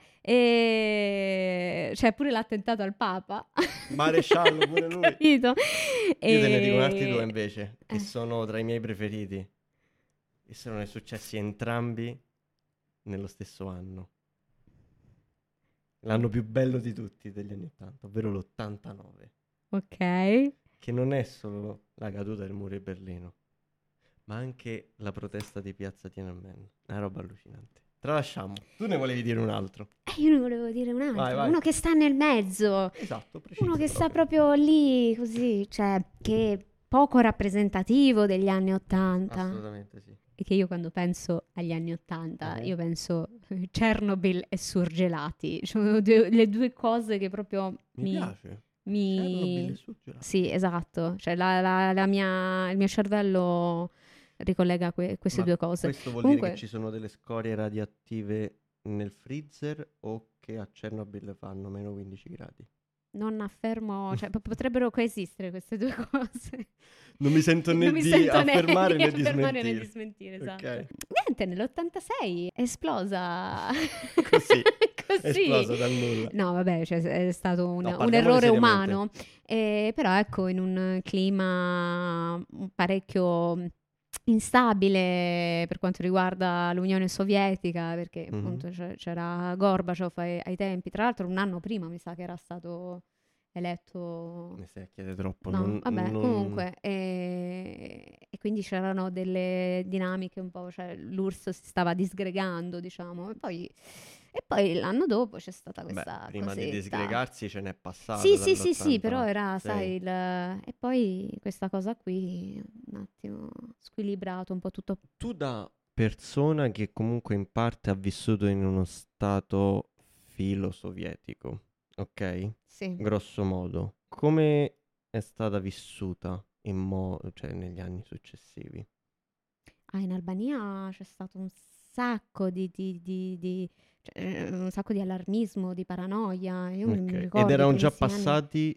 E... C'è pure l'attentato al Papa. Maresciallo pure lui. Capito? Io te ne dico altri due E... invece, che eh, sono tra i miei preferiti. E sono successi entrambi nello stesso anno. L'anno più bello di tutti degli anni ottanta, ovvero l'ottantanove. ok. Che non è solo la caduta del muro di Berlino, ma anche la protesta di piazza Tiananmen. Una roba allucinante. tralasciamo. Tu ne volevi dire un altro. Eh, io ne volevo dire un altro, Vai, vai. uno che sta nel mezzo, Esatto, preciso. uno che sta proprio. proprio lì, così, cioè, che è poco rappresentativo degli anni Ottanta. Assolutamente sì. E che io quando penso agli anni Ottanta, Mhm. io penso eh, Chernobyl e surgelati, sono due- le due cose che proprio Mi mi... piace. mi- Chernobyl e surgelati. Sì, esatto, cioè la, la- la mia, il mio cervello ricollega que- queste Ma due cose. questo vuol dire Comunque, che ci sono delle scorie radioattive nel freezer o che a Chernobyl fanno meno quindici gradi? non affermo, cioè po- potrebbero coesistere queste due cose. Non mi sento né Non mi di sento né affermare di né di affermare né di smentire. smentire, esatto. Ok. Niente, nell'ottantasei è esplosa Così, così. esplosa dal nulla. No, vabbè, cioè, è stato un, No, un parliamone errore seriamente. umano, eh, però ecco, in un clima parecchio instabile per quanto riguarda l'Unione Sovietica, perché Mhm. appunto c'è- c'era Gorbaciov ai, ai tempi, tra l'altro un anno prima mi sa che era stato eletto. Mi stai a chiedere troppo. No, non- vabbè, non- comunque, e, e quindi c'erano delle dinamiche un po', cioè l'U R S S si stava disgregando, diciamo, e poi, e poi l'anno dopo c'è stata Beh, questa prima di cosetta. disgregarsi ce n'è passato Sì, sì, sì, sì, però dall'ottantasei. era, sai, il... E poi questa cosa qui, un attimo, squilibrato un po' tutto. Tu da persona che comunque in parte ha vissuto in uno stato filo sovietico, ok? Sì. Grosso modo, come è stata vissuta in mo- cioè negli anni successivi? Ah, in Albania c'è stato un sacco di, di, di, di- cioè, eh, un sacco di allarmismo, di paranoia. Io mi- mi Ok. ricordo Ed i erano già primissimi anni. passati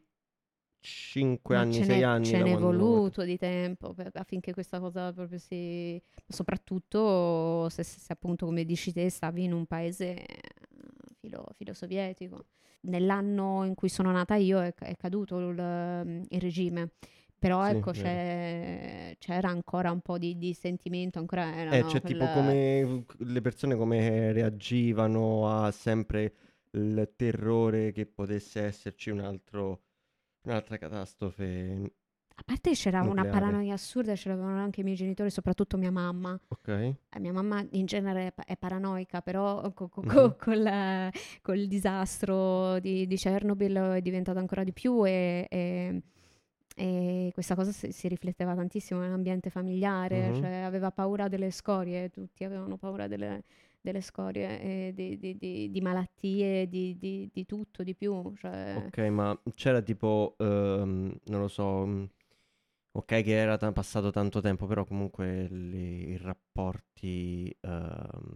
cinque Ma anni, ce sei n'è, anni ce da n'è quando... voluto di tempo per- affinché questa cosa proprio si... Soprattutto se, se appunto, come dici te, stavi in un paese eh, filo, filo sovietico. Nell'anno in cui sono nata io è, è caduto il, il regime. Però Sì, ecco, vero. c'è- c'era ancora un po' di, di sentimento, ancora Eh, erano c'è tipo quel... come le persone come reagivano a sempre il terrore che potesse esserci un altro, un'altra catastrofe A parte c'era una nucleare. paranoia assurda, ce l'avevano anche i miei genitori, soprattutto mia mamma. Ok? Eh, mia mamma in genere è, pa- è paranoica, però co- co- Mhm. co- col, col disastro di, di Chernobyl è diventata ancora di più e, e- e questa cosa si, si rifletteva tantissimo nell'ambiente familiare, Mhm. cioè aveva paura delle scorie, tutti avevano paura delle, delle scorie, e di, di- di- di malattie, di, di- di tutto, di più. Cioè... Ok, ma c'era tipo, ehm, non lo so, mh, ok che era ta- passato tanto tempo, però comunque le- i rapporti ehm,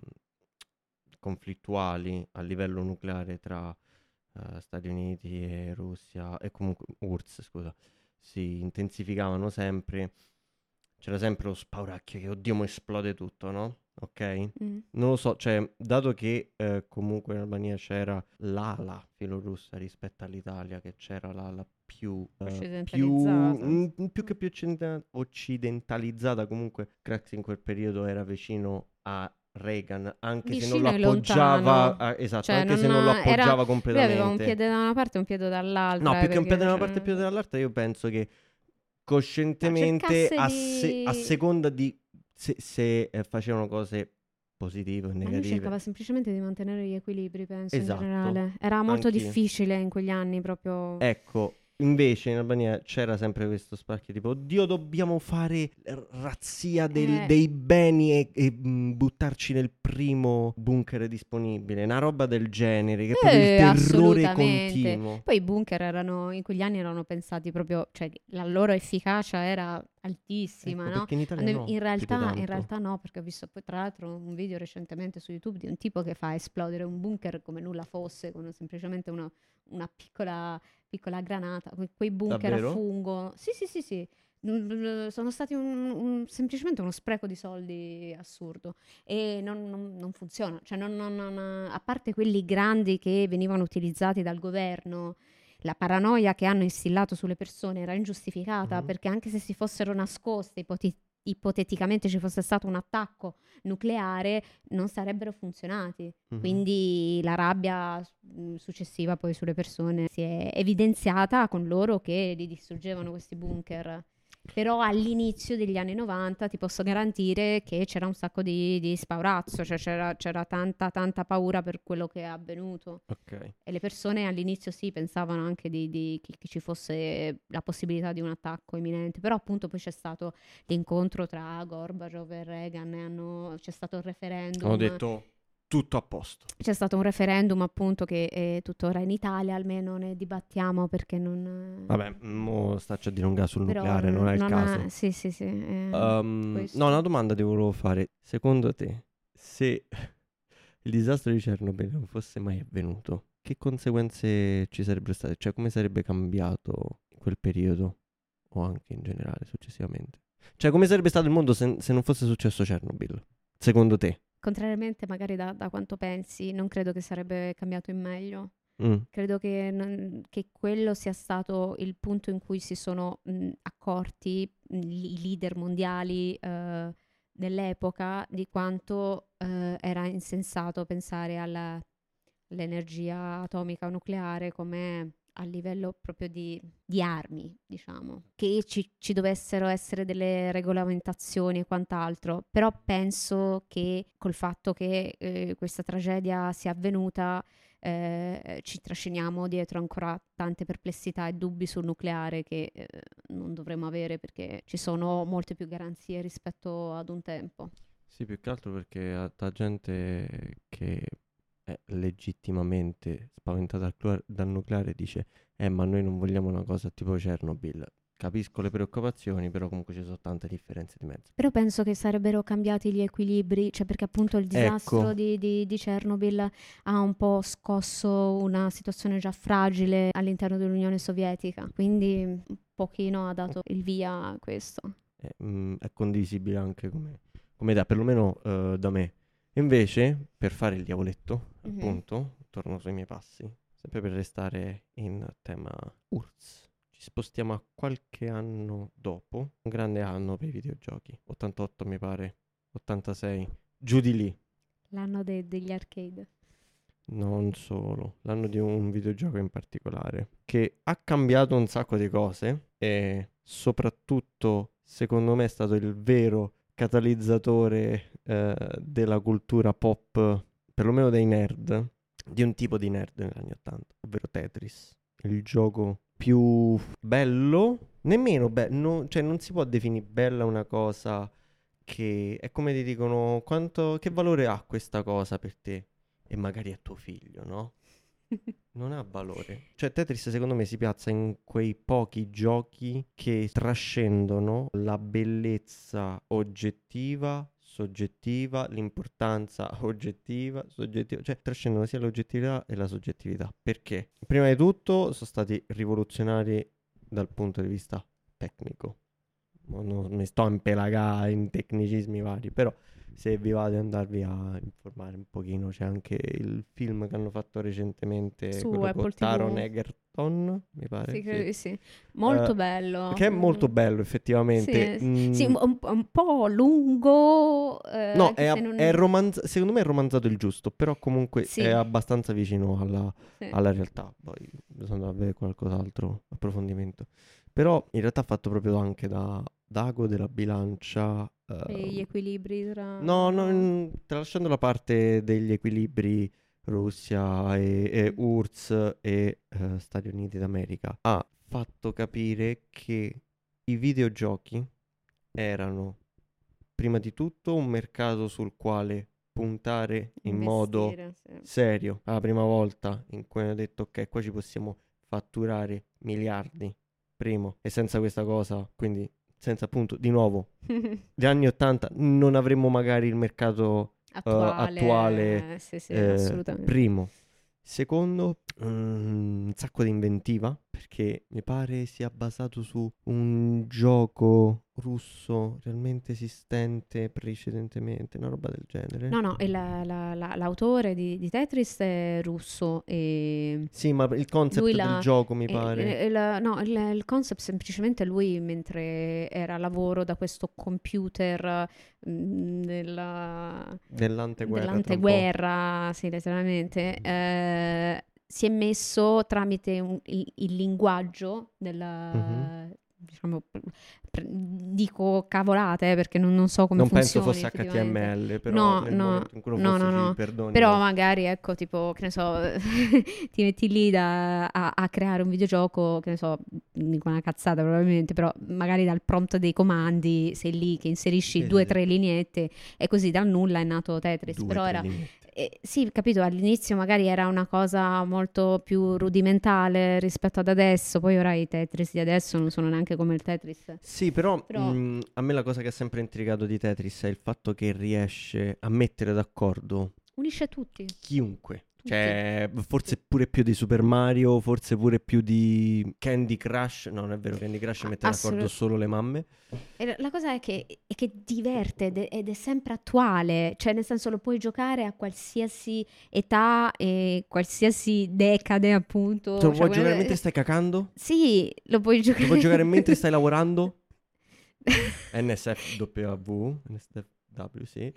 conflittuali a livello nucleare tra eh, Stati Uniti e Russia e comunque U R S S, scusa, si intensificavano sempre. C'era sempre lo spauracchio che oddio mo esplode tutto, no? Ok? mm. Non lo so, cioè, dato che eh, comunque in Albania c'era l'ala filorussa rispetto all'Italia, che c'era l'ala più, eh, più, Occidentalizzata. mm, più che più occidenta- occidentalizzata, comunque Craxi in quel periodo era vicino a Reagan, anche se non lo Vicino e appoggiava, lontano. a- esatto, Cioè, anche se non non lo era... appoggiava Lui aveva un completamente. piede da una parte e un piede dall'altra. No, eh, più che un perché, piede da una parte e un cioè, piede dall'altra, io penso che no, coscientemente, cercasse a, se- a di... seconda di se, se, eh, facevano cose positive o Ma lui negative. cercava semplicemente di mantenere gli equilibri, penso, in Esatto, generale. Era molto anch'io. difficile in quegli anni, proprio... Ecco, invece in Albania c'era sempre questo spacchio tipo, oddio, dobbiamo fare r- razzia del- Eh, dei beni e, e, mh, buttarci nel primo bunker disponibile, una roba del genere, che è proprio il eh, terrore assolutamente. continuo. Poi i bunker erano, in quegli anni erano pensati proprio, cioè la loro efficacia era altissima, Ecco, no? perché in Italia Noi- no, in più di realtà, in tanto. realtà no, perché ho visto poi tra l'altro un video recentemente su YouTube di un tipo che fa esplodere un bunker come nulla fosse, con semplicemente una, una piccola, piccola granata, que- quei bunker a Davvero? fungo. Sì, sì, sì, sì. Mm, sono stati un- un- semplicemente uno spreco di soldi assurdo e non, non- non funziona, cioè non- non- non- a parte quelli grandi che venivano utilizzati dal governo, la paranoia che hanno instillato sulle persone era ingiustificata, Mhm. perché anche se si fossero nascoste, ipoti- ipoteticamente ci fosse stato un attacco nucleare, non sarebbero funzionati. Mhm. Quindi la rabbia mh, successiva poi sulle persone si è evidenziata con loro che li distruggevano questi bunker. Però all'inizio degli anni novanta ti posso garantire che c'era un sacco di, di spaurazzo, cioè c'era, c'era tanta tanta paura per quello che è avvenuto. Ok. E le persone all'inizio sì, pensavano anche di, di- che, che ci fosse la possibilità di un attacco imminente, però appunto poi c'è stato l'incontro tra Gorbaciov e Reagan, e hanno- c'è stato il Ho referendum. detto tutto a posto. C'è stato un referendum appunto che è tuttora in Italia, almeno ne dibattiamo perché Vabbè, non... mo stacci a dilungare sul Però nucleare, non è il non ha... caso. Sì, sì, sì. eh, Um, no, una questo. domanda ti volevo fare. Secondo te, se il disastro di Chernobyl non fosse mai avvenuto, che conseguenze ci sarebbero state? Cioè, come sarebbe cambiato in quel periodo? O anche in generale, successivamente? Cioè, come sarebbe stato il mondo se, se non fosse successo Chernobyl? Secondo te? Contrariamente magari da, da quanto pensi, non credo che sarebbe cambiato in meglio. Mm. Credo che, non- che quello sia stato il punto in cui si sono mh, accorti mh, i leader mondiali eh, dell'epoca di quanto eh, era insensato pensare alla- all'energia atomica o nucleare come a livello proprio di, di armi, diciamo, che ci, ci dovessero essere delle regolamentazioni e quant'altro, però penso che col fatto che eh, questa tragedia sia avvenuta eh, ci trasciniamo dietro ancora tante perplessità e dubbi sul nucleare che eh, non dovremmo avere perché ci sono molte più garanzie rispetto ad un tempo. Sì, più che altro perché a ta gente che è legittimamente spaventata dal, clu- dal nucleare dice eh ma noi non vogliamo una cosa tipo Chernobyl. Capisco le preoccupazioni, però comunque ci sono tante differenze di mezzo. Però penso che sarebbero cambiati gli equilibri, cioè perché appunto il disastro Ecco, di, di, di Chernobyl ha un po' scosso una situazione già fragile all'interno dell'Unione Sovietica, quindi un pochino ha dato il via a questo. è, mm, è condivisibile anche come, come idea, perlomeno eh, da me. Invece, per fare il diavoletto, Mhm. appunto, torno sui miei passi, sempre per restare in tema U R S S. Ci spostiamo a qualche anno dopo, un grande anno per i videogiochi, ottantotto mi pare, ottantasei, giù di lì. L'anno de- degli arcade. Non solo, l'anno di un videogioco in particolare, che ha cambiato un sacco di cose e soprattutto, secondo me, è stato il vero catalizzatore eh, della cultura pop, perlomeno dei nerd, di un tipo di nerd negli anni ottanta, ovvero Tetris. Il gioco più bello, nemmeno bello, cioè non si può definire bella una cosa che è come ti dicono quanto, che valore ha questa cosa per te e magari a tuo figlio, no? Non ha valore. Cioè Tetris secondo me si piazza in quei pochi giochi che trascendono la bellezza oggettiva, soggettiva, l'importanza oggettiva, soggettiva, cioè trascendono sia l'oggettività e la soggettività. Perché? Prima di tutto sono stati rivoluzionari dal punto di vista tecnico. Mo non mi sto a impelagare in tecnicismi vari, però se vi va di andarvi a informare un pochino, c'è anche il film che hanno fatto recentemente, Su quello con Apple Taron T V. Egerton, mi Sì, pare, sì. credo di sì. Molto Eh, bello. che è Mm. molto bello effettivamente. Sì, sì, Mm, un, un po' lungo, eh, no, anche è, se ab- è non... romanz- secondo me è romanzato il giusto, però comunque è Sì, abbastanza vicino alla, sì. alla realtà. Poi bisogna avere qualcos'altro, approfondimento. Però in realtà è fatto proprio anche da Dago della Bilancia. E ehm, gli equilibri No, no, tra... mm, tralasciando la parte degli equilibri Russia e, e Mm. U R S S e eh, Stati Uniti d'America, ha fatto capire che i videogiochi erano prima di tutto un mercato sul quale puntare in modo Investire, sì. serio. Alla prima volta in cui hanno detto ok, qua ci possiamo fatturare miliardi, primo, e senza questa cosa, quindi senza appunto, di nuovo, gli anni ottanta non avremmo magari il mercato eh, attuale, Attuale, sì, sì, eh, assolutamente. primo. Secondo, mm, un sacco di inventiva, perché mi pare sia basato su un gioco russo realmente esistente precedentemente, una roba del genere. No, no, e la- la- la- l'autore di, di Tetris è russo e Sì, ma il concept lui del la... gioco mi e- pare e la- no, il, il concept semplicemente lui mentre era a lavoro da questo computer mm, della- dell'anteguerra tra un po'. dell'anteguerra, sì, letteralmente, eh, si è messo tramite un- il, il linguaggio Mhm. della- diciamo, pre- dico cavolate, eh, perché non, non so come Non penso funzioni fosse effettivamente. H T M L, però No, nel no, momento in cui lo no, fosse no, ci no. Però perdonino. magari, ecco, tipo, che ne so, ti metti lì da- a, a creare un videogioco, che ne so, dico una cazzata probabilmente, però magari dal prompt dei comandi sei lì che inserisci Sì, due sì, o sì. tre lineette e così dal nulla è nato Tetris. Due, Però tre era, lineette. eh, sì, capito, all'inizio magari era una cosa molto più rudimentale rispetto ad adesso, poi ora i Tetris di adesso non sono neanche come il Tetris. Sì, però Però mh, a me la cosa che ha sempre intrigato di Tetris è il fatto che riesce a mettere d'accordo unisce tutti, chiunque. tutti, Cioè, tutti. forse pure più di Super Mario, forse pure più di Candy Crush. No, non è vero, Candy Crush mette d'accordo Assolutamente. solo le mamme. E la la cosa è che, è che diverte ed è, ed è sempre attuale, cioè nel senso lo puoi giocare a qualsiasi età e qualsiasi decade, Te appunto. lo Cioè, vuoi giocare que- mentre stai cacando? sì, lo puoi Lo vuoi giocare mentre giocare. stai lavorando? N S F W, N S F W, sì.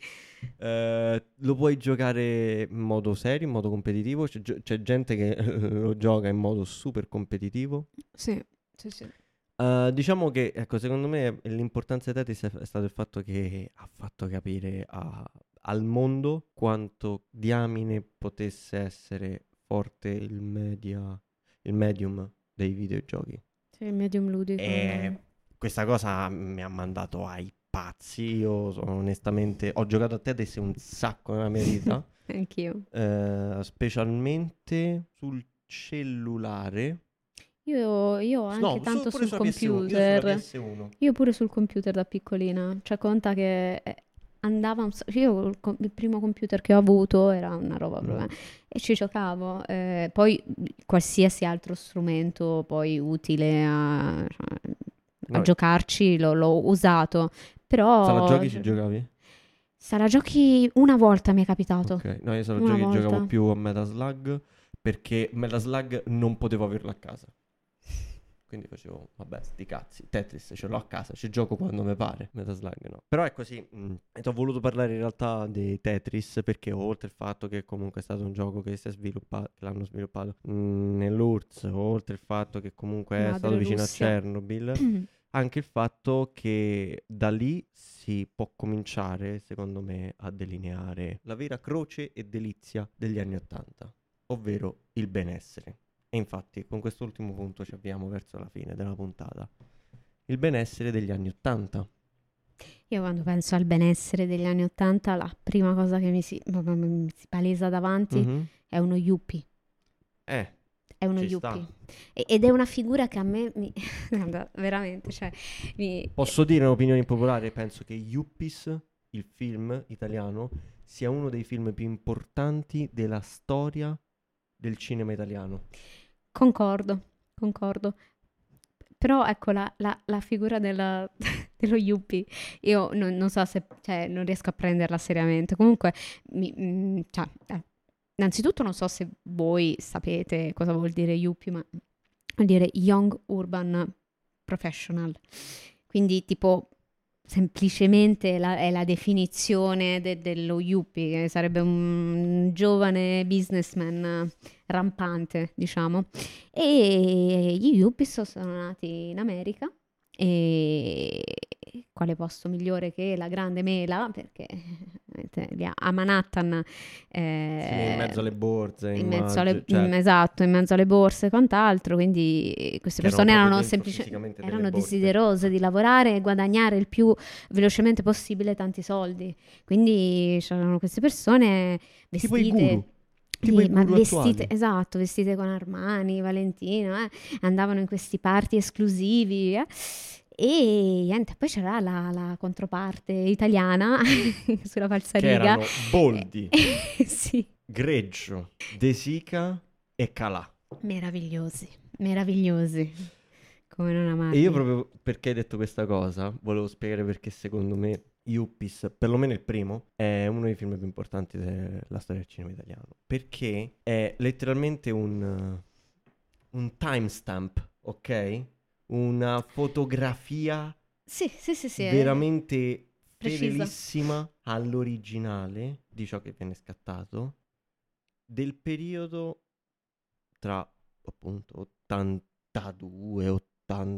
Eh, lo puoi giocare in modo serio, in modo competitivo. C'è, gio- c'è gente che lo gioca in modo super competitivo. Sì, sì, sì. Eh, diciamo che, ecco, secondo me l'importanza di Tetris è, è stato il fatto che ha fatto capire a- al mondo quanto diamine potesse essere forte il media, il medium dei videogiochi. Sì, il medium ludico. E questa cosa mi ha mandato ai pazzi. Io sono onestamente ho giocato a Tetris un sacco nella mia vita, Anch'io. eh, specialmente sul cellulare. Io, io anche No, su- tanto pure sul sulla P S uno. Io sulla computer. P S uno. Io pure sul computer da piccolina. Cioè, conta che eh, andava un sa- io il, co- il primo computer che ho avuto era una roba Mm. proprio. E ci giocavo. Eh, poi mh, qualsiasi altro strumento poi utile a, cioè, a No, giocarci l'ho, l'ho usato. sala Però giochi ci cioè, giocavi? se la giochi una volta mi è capitato. Ok, no, io sala Una giochi giocavo volta. più a Metaslug perché Metaslug non potevo averlo a casa. Quindi facevo, vabbè, sti cazzi, Tetris ce l'ho a casa, ci gioco quando mi pare, Metaslug no. Però è così, mh, e ti ho voluto parlare in realtà di Tetris perché oltre il fatto che comunque è stato un gioco che si è sviluppato, che l'hanno sviluppato mh, nell'U R S S, oltre il fatto che comunque è stato Madre vicino a Russia. Chernobyl, anche il fatto che da lì si può cominciare, secondo me, a delineare la vera croce e delizia degli anni Ottanta, ovvero il benessere. E infatti con quest'ultimo punto ci avviamo verso la fine della puntata. Il benessere degli anni Ottanta. Io quando penso al benessere degli anni Ottanta, la prima cosa che mi si, proprio mi si palesa davanti Mhm. è uno yuppie. Eh, È uno ci sta. yuppie. E- ed è una figura che a me mi... guarda, veramente, cioè, mi... Posso dire un'opinione impopolare? Penso che Yuppies, il film italiano, sia uno dei film più importanti della storia del cinema italiano. Concordo, concordo. Però ecco la, la- la figura della- dello yuppie, io non, non so se, cioè, non riesco a prenderla seriamente. Comunque, mi- mm, cioè, eh, innanzitutto non so se voi sapete cosa vuol dire yuppie, ma vuol dire Young Urban Professional. Quindi tipo semplicemente la- è la definizione de- dello yuppie, che sarebbe un giovane businessman rampante, diciamo. E gli Ubisoft sono nati in America e quale posto migliore che la Grande Mela, perché eh, lì a Manhattan, Sì, in eh, mezzo alle borse, in mezzo alle, immagino, mm, cioè, esatto, in mezzo alle borse e quant'altro, quindi queste che erano persone proprio erano dentro semplicemente fisicamente delle erano borse. desiderose di lavorare e guadagnare il più velocemente possibile tanti soldi. Quindi c'erano queste persone Tipo i guru, vestite, tipo i sì, ma guru vestite, attuali. esatto, vestite con Armani, Valentino, eh, andavano in questi party esclusivi, eh. E niente, poi c'era la, la controparte italiana sulla Che falsariga. erano Eh, Boldi, sì, Greggio, De Sica e Calà. meravigliosi, meravigliosi, come non E io amarli. proprio perché hai detto questa cosa, volevo spiegare perché secondo me Yuppies, perlomeno il primo, è uno dei film più importanti della storia del cinema italiano. Perché è letteralmente un, un timestamp, ok? Una fotografia Sì, sì, sì, sì, è veramente precisa. fedelissima all'originale di ciò che viene scattato del periodo tra appunto ottantadue, ottanta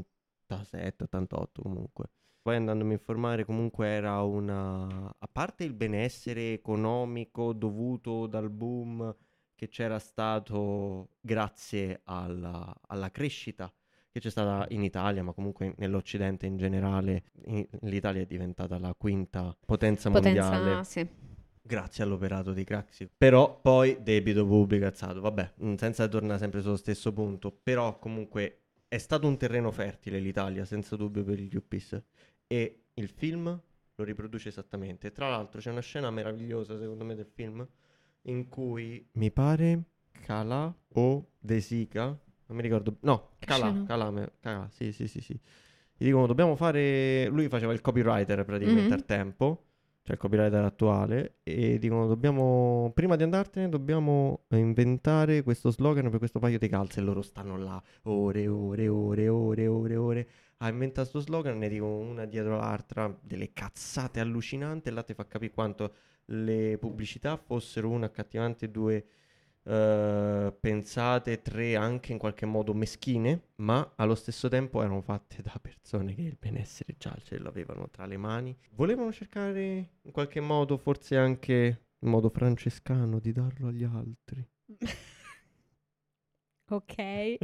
ottantasette ottantotto comunque. Poi andandomi a informare comunque era una... A parte il benessere economico dovuto dal boom che c'era stato grazie alla, alla crescita che c'è stata in Italia, ma comunque nell'Occidente in generale, in- l'Italia è diventata la quinta potenza mondiale. Potenza, sì. Grazie all'operato di Craxi. Però poi debito pubblico alzato. Vabbè, mm, senza tornare sempre sullo stesso punto. Però comunque è stato un terreno fertile l'Italia, senza dubbio, per gli Yuppies. E il film lo riproduce esattamente. Tra l'altro c'è una scena meravigliosa, secondo me, del film, in cui mi pare Calà o De Sica, non mi ricordo. No, Che Calà, scena? Calà, me- Calà, sì, sì, sì, sì. Gli dicono, dobbiamo fare... Lui faceva il copywriter praticamente Mhm. al tempo, cioè il copywriter attuale, e dicono, dobbiamo... Prima di andartene dobbiamo inventare questo slogan per questo paio di calze. E loro stanno là ore, ore, ore, ore, ore, ore a inventare questo slogan, ne dicono una dietro l'altra, delle cazzate allucinanti, e là ti fa capire quanto le pubblicità fossero una accattivante e due eh, pensate, tre anche in qualche modo meschine, ma allo stesso tempo erano fatte da persone che il benessere già ce l'avevano tra le mani. Volevano cercare in qualche modo, forse anche in modo francescano, di darlo agli altri. Ok.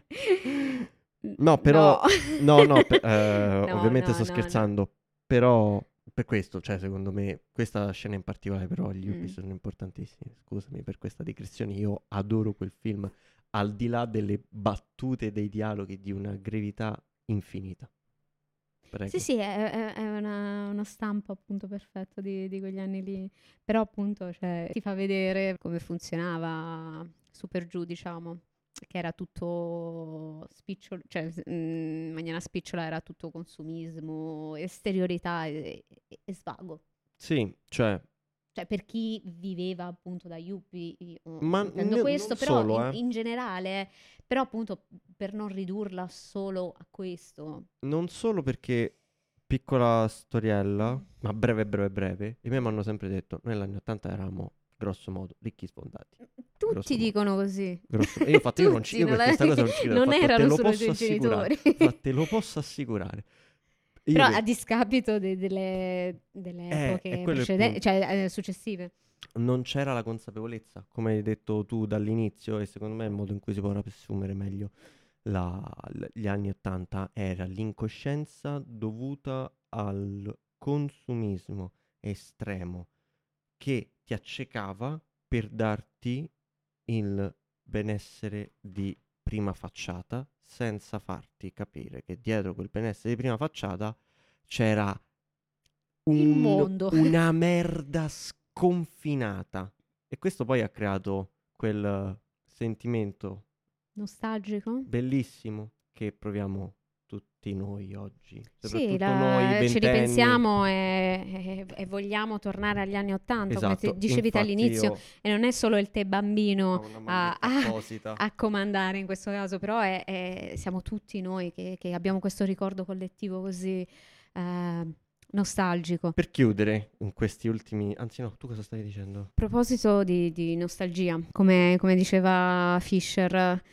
No, però... No, no, pe- eh, No, ovviamente no, sto no, no. scherzando, però per questo, cioè secondo me, questa scena in particolare, però gli Yuppie Mm. sono importantissimi, scusami per questa digressione, io adoro quel film, al di là delle battute e dei dialoghi di una gravità infinita. Prego. Sì, sì, è, è- è una- uno stampo appunto perfetto di, di quegli anni lì. Però appunto, cioè, ti fa vedere come funzionava su per giù, diciamo, che era tutto spicciolo, cioè s- mm, in maniera spicciola era tutto consumismo, esteriorità e, e- e svago. Sì, cioè, Cioè, per chi viveva appunto da yuppie, io ma intendo n- non questo, però solo, in, eh. in generale, però appunto per non ridurla solo a questo. Non solo perché, piccola storiella, ma breve, breve, breve, i miei mi hanno sempre detto, noi negli anni ottanta eravamo, grosso modo, ricchi sfondati. Tutti Grosso modo. dicono così. Grosso modo. Io infatti io, non ci, Tutti, io non, per è- questa cosa non ci credo, ho non fatto te erano lo solo i posso tuoi assicurare, genitori. infatti te lo posso assicurare. Io Però per- a discapito de- delle, delle Eh, è epoche quello il precedenti, punto. cioè eh, successive. Non c'era la consapevolezza, come hai detto tu dall'inizio, e secondo me è il modo in cui si può riassumere meglio la- l- gli anni Ottanta era l'incoscienza dovuta al consumismo estremo che ti accecava per darti il benessere di prima facciata, senza farti capire che dietro quel benessere di prima facciata c'era Il un- mondo. una merda sconfinata. E questo poi ha creato quel sentimento Nostalgico? bellissimo che proviamo tutti noi oggi, Sì, soprattutto noi la- ci ventenni. ripensiamo e, e- e vogliamo tornare agli anni Ottanta, come ti Esatto, dicevi te infatti all'inizio, io e non è solo il tè ho bambino una a, maglietta a- apposita. a comandare in questo caso, però è- è- siamo tutti noi che, che abbiamo questo ricordo collettivo così eh, nostalgico. Per chiudere in questi ultimi... Anzi no, tu cosa stavi dicendo? A proposito di, di nostalgia, come, come diceva Fisher,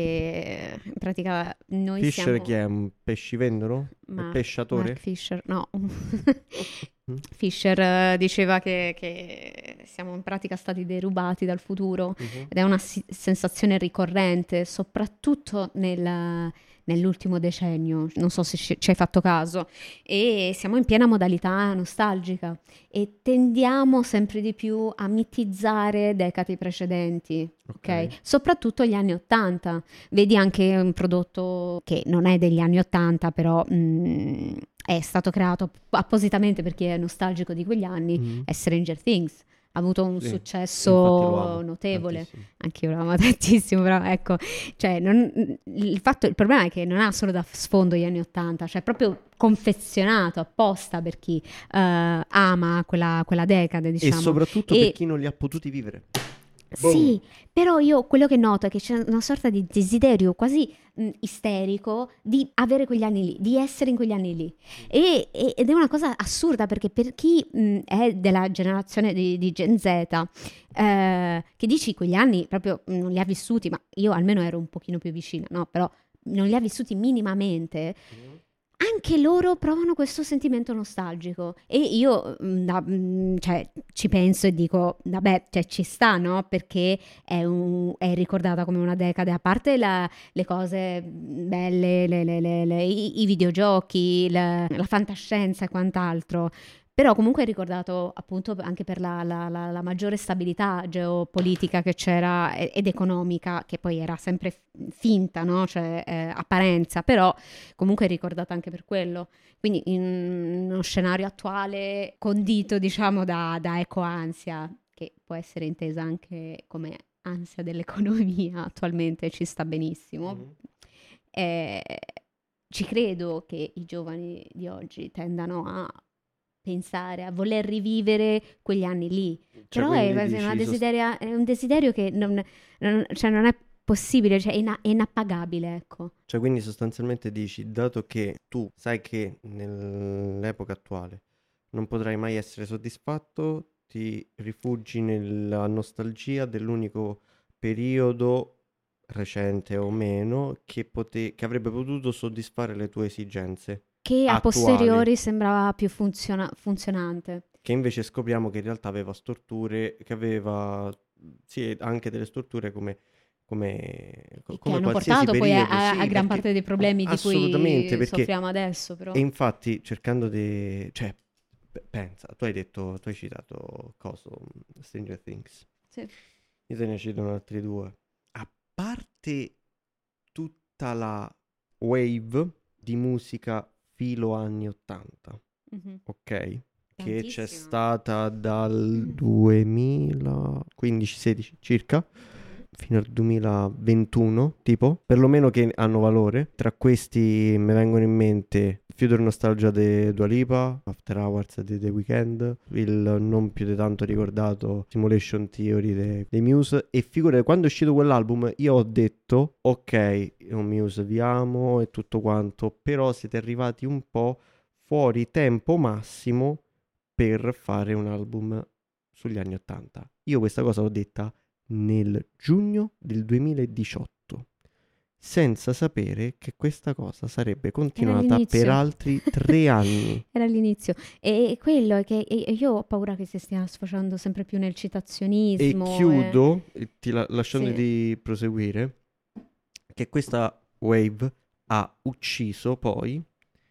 che in pratica noi Fisher siamo... chi è? Un pescivendolo? Un Mark, pesciatore? Mark Fisher, no. Mm? Fisher eh, diceva che, che siamo in pratica stati derubati dal futuro Mhm. ed è una si- sensazione ricorrente, soprattutto nel- nell'ultimo decennio, non so se ci, ci hai fatto caso, e siamo in piena modalità nostalgica e tendiamo sempre di più a mitizzare decadi precedenti, ok? Ok. Soprattutto gli anni Ottanta. Vedi anche un prodotto che non è degli anni Ottanta, però mh, è stato creato appositamente per chi è nostalgico di quegli anni, Mhm. è Stranger Things. Ha avuto un Sì, successo infatti lo amo notevole. tantissimo. Anche io lo amo tantissimo, però ecco, cioè, non- il, fatto, il problema è che non ha solo da sfondo gli anni Ottanta, cioè è proprio confezionato apposta per chi eh, ama quella, quella decade, E diciamo. soprattutto E- per chi non li ha potuti vivere. Sì, però io quello che noto è che c'è una sorta di desiderio quasi mh, isterico di avere quegli anni lì, di essere in quegli anni lì. E- e- ed è una cosa assurda perché per chi mh, è della generazione di, di Gen Z, eh, che dici quegli anni proprio mh, non li ha vissuti, ma io almeno ero un pochino più vicina, no? Però non li ha vissuti minimamente. Mhm. anche loro provano questo sentimento nostalgico e io mh, da- mh, cioè, ci penso e dico, vabbè, cioè, ci sta, no? Perché è, un- è ricordata come una decade, a parte la- le cose belle, le- le- le- le- i, i videogiochi, la, la fantascienza e quant'altro. Però comunque è ricordato appunto anche per la, la- la- la maggiore stabilità geopolitica che c'era e- ed economica, che poi era sempre f- finta, no? Cioè eh, apparenza, però comunque è ricordata anche per quello. Quindi in uno scenario attuale condito, diciamo, da, da ecoansia, che può essere intesa anche come ansia dell'economia, attualmente ci sta benissimo. Mhm. Eh, Ci credo che i giovani di oggi tendano a pensare, a voler rivivere quegli anni lì. Cioè, Però è, quindi è una dici, sost- desideria- è un desiderio che non, non- cioè non è possibile, cioè è, ina- è inappagabile, ecco. cioè, quindi sostanzialmente dici, dato che tu sai che nell'epoca attuale non potrai mai essere soddisfatto, ti rifugi nella nostalgia dell'unico periodo recente o meno che, pote- che avrebbe potuto soddisfare le tue esigenze Che a attuali, posteriori sembrava più funziona- funzionante. che invece scopriamo che in realtà aveva storture, che aveva sì, anche delle storture come, come, Che come hanno qualsiasi portato poi a, periodo, a- a sì, gran perché parte dei problemi di assolutamente, cui perché soffriamo adesso, però. e infatti cercando di, cioè, p- pensa, tu hai detto, tu hai citato coso, Stranger Things, Sì. io te ne cito altri due, a parte tutta la wave di musica filo anni ottanta, Mhm. ok? Che c'è Tantissimo. stata dal Mm. duemilaquindici sedici circa fino al duemilaventuno, tipo, perlomeno che hanno valore. Tra questi mi vengono in mente Future Nostalgia di Dua Lipa, After Hours di The Weeknd, il non più di tanto ricordato Simulation Theory dei dei Muse. E figurate, quando è uscito quell'album io ho detto, ok, oh, Muse vi amo e tutto quanto, però siete arrivati un po' fuori tempo massimo per fare un album sugli anni ottanta. Io questa cosa l'ho detta nel giugno del duemiladiciotto, senza sapere che questa cosa sarebbe continuata l'inizio. per altri tre anni. Era l'inizio. E quello è che e- e io ho paura che si stia sfociando sempre più nel E citazionismo. e- chiudo, e ti la- lasciando Sì. di proseguire, che questa wave ha ucciso poi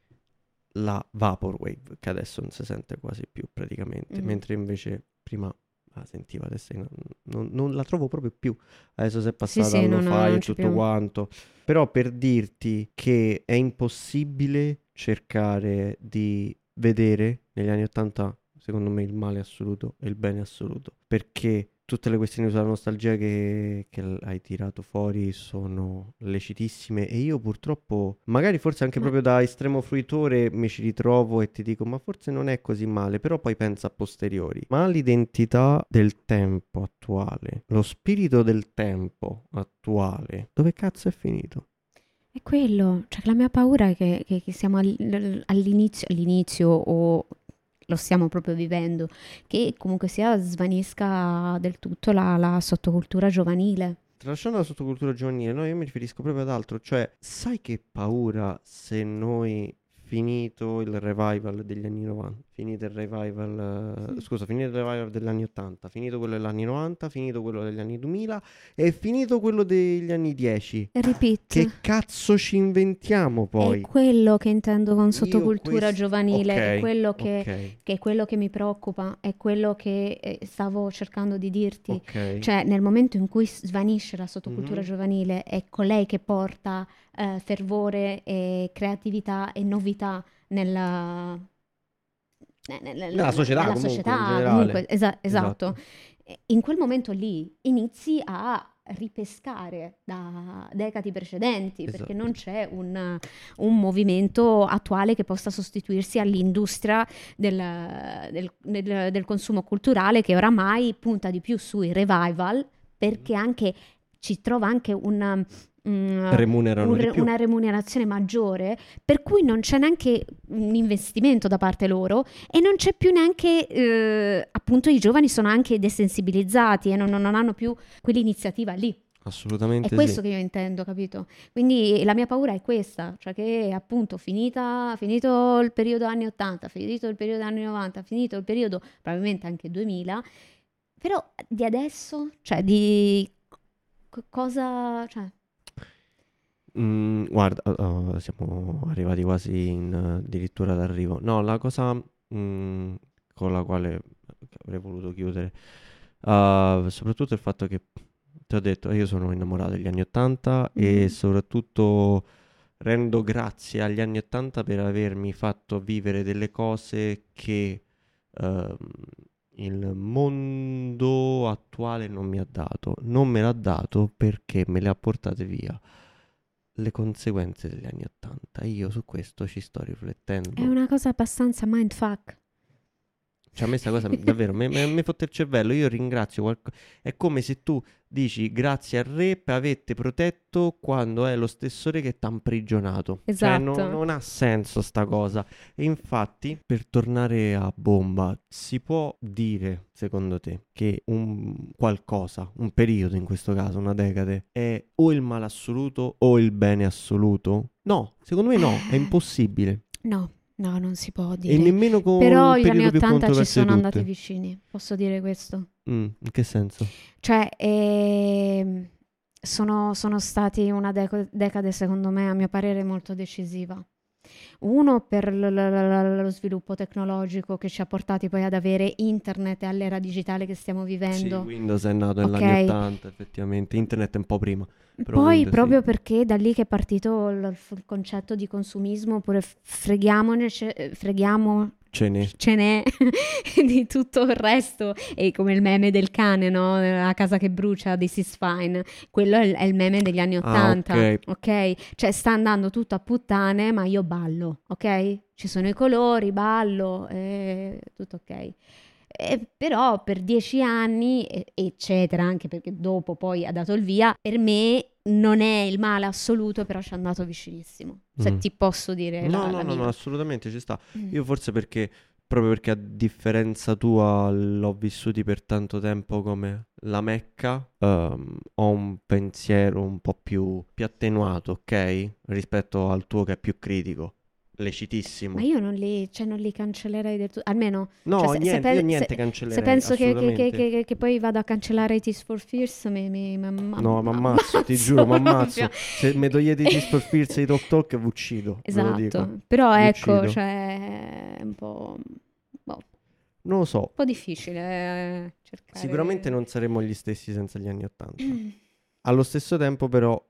la Vaporwave, che adesso non si sente quasi più praticamente, Mhm. mentre invece prima la sentiva, adesso non, non- non la trovo proprio più. Adesso si è passata sì, allo no, no, fi non e c'è tutto più. quanto. Però per dirti che è impossibile cercare di vedere negli anni ottanta, secondo me, il male assoluto e il bene assoluto, perché tutte le questioni sulla nostalgia che, che l- hai tirato fuori sono lecitissime e io purtroppo, magari forse anche Ma- proprio da estremo fruitore, mi ci ritrovo e ti dico, ma forse non è così male, però poi pensa a posteriori. Ma l'identità del tempo attuale, lo spirito del tempo attuale, dove cazzo è finito? È quello, cioè la mia paura è che, che- che siamo al- all'inizio, all'inizio o lo stiamo proprio vivendo, che comunque sia svanisca del tutto la, la sottocultura giovanile. Tralasciando la sottocultura giovanile, no, io mi riferisco proprio ad altro, cioè, sai che paura se noi, finito il revival degli anni novanta, finito il revival, eh, Mm. scusa, finito il revival degli anni ottanta, finito quello degli anni novanta, finito quello degli anni duemila e finito quello degli anni dieci. Repeat. Che cazzo ci inventiamo poi? È quello che intendo con Io sottocultura quest- giovanile, è ok, quello che, ok, che è quello che mi preoccupa, è quello che eh, stavo cercando di dirti. ok. Cioè, nel momento in cui svanisce la sottocultura Mhm. giovanile, è colei che porta eh, fervore e creatività e novità nella, ne- ne- ne- Nella società nella comunque, in società, generale. comunque, esa- esatto. Esatto. E in quel momento lì inizi a ripescare da decadi precedenti, perché Esatto. non c'è un, un movimento attuale che possa sostituirsi all'industria del, del- del- del consumo culturale che oramai punta di più sui revival, perché anche ci trova anche una, mm, Remunerano un di re- più. una remunerazione maggiore, per cui non c'è neanche un investimento da parte loro e non c'è più neanche, eh, appunto i giovani sono anche desensibilizzati e non, non hanno più quell'iniziativa lì. È Assolutamente questo sì. che io intendo, capito? Quindi la mia paura è questa, cioè che appunto finita, finito il periodo anni ottanta, finito il periodo anni novanta, finito il periodo probabilmente anche duemila, però di adesso, cioè di co- cosa, cioè, Mm, guarda, uh, siamo arrivati quasi in uh, addirittura d'arrivo. No, la cosa mm, con la quale avrei voluto chiudere, uh, soprattutto il fatto che ti ho detto, io sono innamorato degli anni ottanta e mhm, soprattutto rendo grazie agli anni ottanta per avermi fatto vivere delle cose che ehm, il mondo attuale non mi ha dato. Non me l'ha dato perché me le ha portate via le conseguenze degli anni ottanta. Io su questo ci sto è riflettendo. una cosa abbastanza mindfuck. Cioè, a me sta cosa davvero mi, mi, mi fotte il cervello. Io ringrazio qualcosa. È come se tu dici grazie al re per avete protetto quando è lo stesso re che t'ha imprigionato. Cioè, no- Esatto. non ha senso sta cosa. E infatti, per tornare a bomba, si può dire, secondo te, che un qualcosa, un periodo in questo caso, una decade, è o il male assoluto o il bene assoluto? No, secondo me no, è Eh, impossibile. no, no, non si può E dire. nemmeno con Però il gli anni periodo più ottanta ci controverso di sono andati tutti. vicini, posso dire questo. Mm, in che senso? Cioè, ehm, sono, sono stati una deco- decade, secondo me, a mio parere, molto decisiva. Uno per l- l- l- lo sviluppo tecnologico che ci ha portati poi ad avere internet e all'era digitale che stiamo Sì, vivendo, Windows è nato negli anni ok? ottanta, effettivamente. Internet è un po' prima, però Poi Windows sì. proprio perché da lì che è partito il, il concetto di consumismo, oppure freghiamone, freghiamo Ce n'è. ce n'è di tutto il resto, e come il meme del cane, no? La casa che brucia, This is fine. Quello è il, è il meme degli anni Ah, ottanta, ok. ok? Cioè sta andando tutto a puttane, ma io ballo, ok? Ci sono i colori, ballo, eh, tutto ok. Eh, però per dieci anni, e- eccetera, anche perché dopo poi ha dato il via, per me non è il male assoluto, però ci è andato vicinissimo. Se Mm. ti posso dire No, la, no, la no, no, mia. assolutamente ci sta. Mm. Io forse perché, proprio perché a differenza tua l'ho vissuti per tanto tempo come la Mecca, ehm, ho un pensiero un po' più, più attenuato, ok? Rispetto al tuo che è più critico, Ma lecitissimo. io non li, cioè, non li cancellerei del tutto. Almeno, cioè, No, se, se niente, io pe- se- niente se cancellerei, penso che, che- che- assolutamente. che- che poi vado a cancellare Tears for Fears, mi, mi, mi amma- No, mi ammazzo, ti ammazzo giuro, mi proprio. ammazzo. Se mi togliete i Tears for Fears e i Tok Tok, vi uccido, ve lo dico. Esatto. Però Vi ecco, uccido. cioè, è un po', boh, un Non lo so, po' difficile eh, sicuramente cercare... non saremmo gli stessi senza gli anni Ottanta. Allo stesso tempo, però,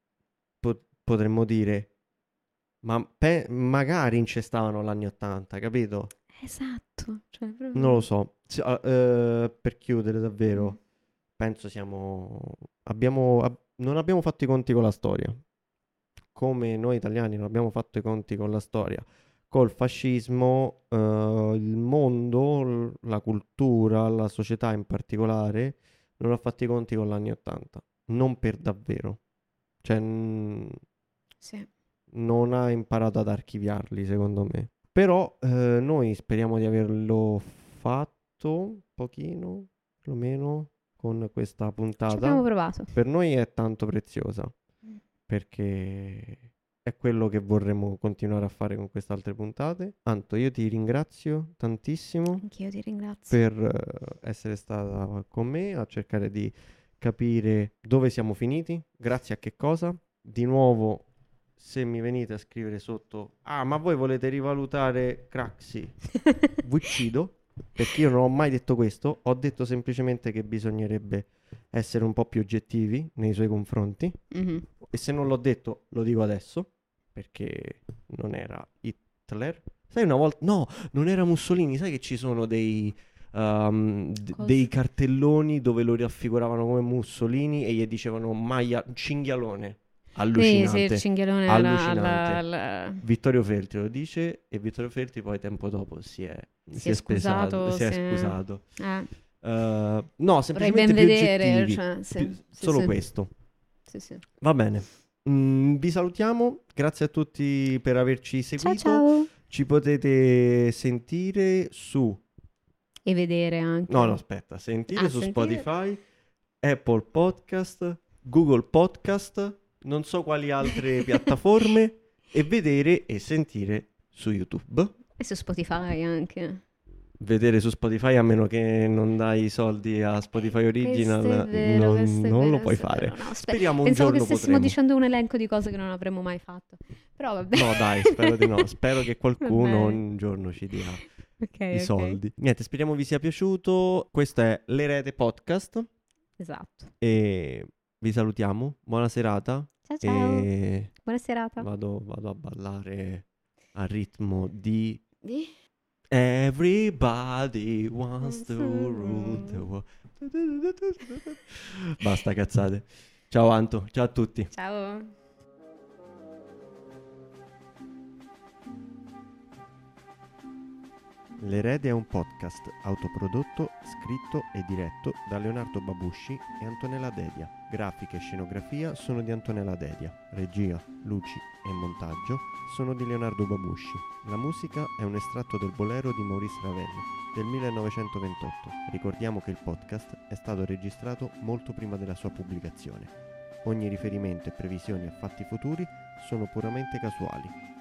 po- potremmo dire, ma pe- magari incestavano gli anni Ottanta, capito? Esatto, cioè, Non lo proprio... so. Sì, ah, eh, per chiudere, Mm. davvero, penso siamo... Abbiamo... ab- non abbiamo fatto i conti con la storia. Come noi italiani non abbiamo fatto i conti con la storia. Col fascismo, eh, il mondo, l- la cultura, la società in particolare, non ha fatto i conti con gli anni Ottanta. Non per davvero. Cioè, n- Sì. non ha imparato ad archiviarli, secondo me. Però eh, noi speriamo di averlo fatto un pochino, perlomeno, con questa Ci abbiamo puntata. provato. Per noi è tanto preziosa Mm. perché è quello che vorremmo continuare a fare con queste altre puntate. Anto, io ti ringrazio tantissimo Anch'io ti ringrazio. per eh, essere stata con me a cercare di capire dove siamo finiti, grazie a che cosa. Di nuovo, se mi venite a scrivere sotto, ah, ma voi volete rivalutare Craxi, vi uccido, perché io non ho mai detto questo, ho detto semplicemente che bisognerebbe essere un po' più oggettivi nei suoi confronti. Mhm. E se non l'ho detto, lo dico adesso, perché non era Hitler. Sai una volta... No, non era Mussolini. Sai che ci sono dei, um, d- dei Cosa? cartelloni dove lo raffiguravano come Mussolini e gli dicevano Maia... cinghialone. Sì, sì, il Allucinante. cinghialone alla, alla- Allucinante. alla- Vittorio Feltri lo dice e Vittorio Feltri poi tempo dopo si è, si si è è spesato, scusato, si è si è... scusato. Eh, Uh, no, vorrei ben semplicemente più vedere, oggettivi. cioè, sì, Più- sì, solo sì, questo. sì, sì. Va bene. Mm, vi salutiamo. Grazie a tutti per averci Ciao seguito. ciao! Ci potete sentire su... E vedere No, no, anche. aspetta. Sentire Ah, su sentire? Spotify, Apple Podcast, Google Podcast, non so quali altre piattaforme, e vedere e sentire su YouTube. E su Spotify anche. Vedere su Spotify, a meno che non dai i soldi a Spotify Original, Questo è vero, non, questo è non vero, lo puoi questo è fare. vero. No, sper- Speriamo un Pensavo giorno che stessimo potremo. dicendo un elenco di cose che non avremmo mai fatto. Però vabbè. No, dai, spero di no. Spero che Va qualcuno bene. un giorno ci dia Ok, i ok. soldi. Niente, speriamo vi sia piaciuto. Questo è l'Erede Podcast Esatto. e vi salutiamo. Buona serata. Ciao ciao. E Buona serata. vado, vado a ballare al ritmo di Di? Everybody wants to rule the world. Basta cazzate. Ciao Anto, ciao a tutti. Ciao. L'Erede è un podcast autoprodotto, scritto e diretto da Leonardo Babusci e Antonella Dedia. Grafiche e scenografia sono di Antonella Dedia. Regia, luci e montaggio sono di Leonardo Babusci. La musica è un estratto del bolero di Maurice Ravel del millenovecentoventotto. Ricordiamo che il podcast è stato registrato molto prima della sua pubblicazione. Ogni riferimento e previsioni a fatti futuri sono puramente casuali.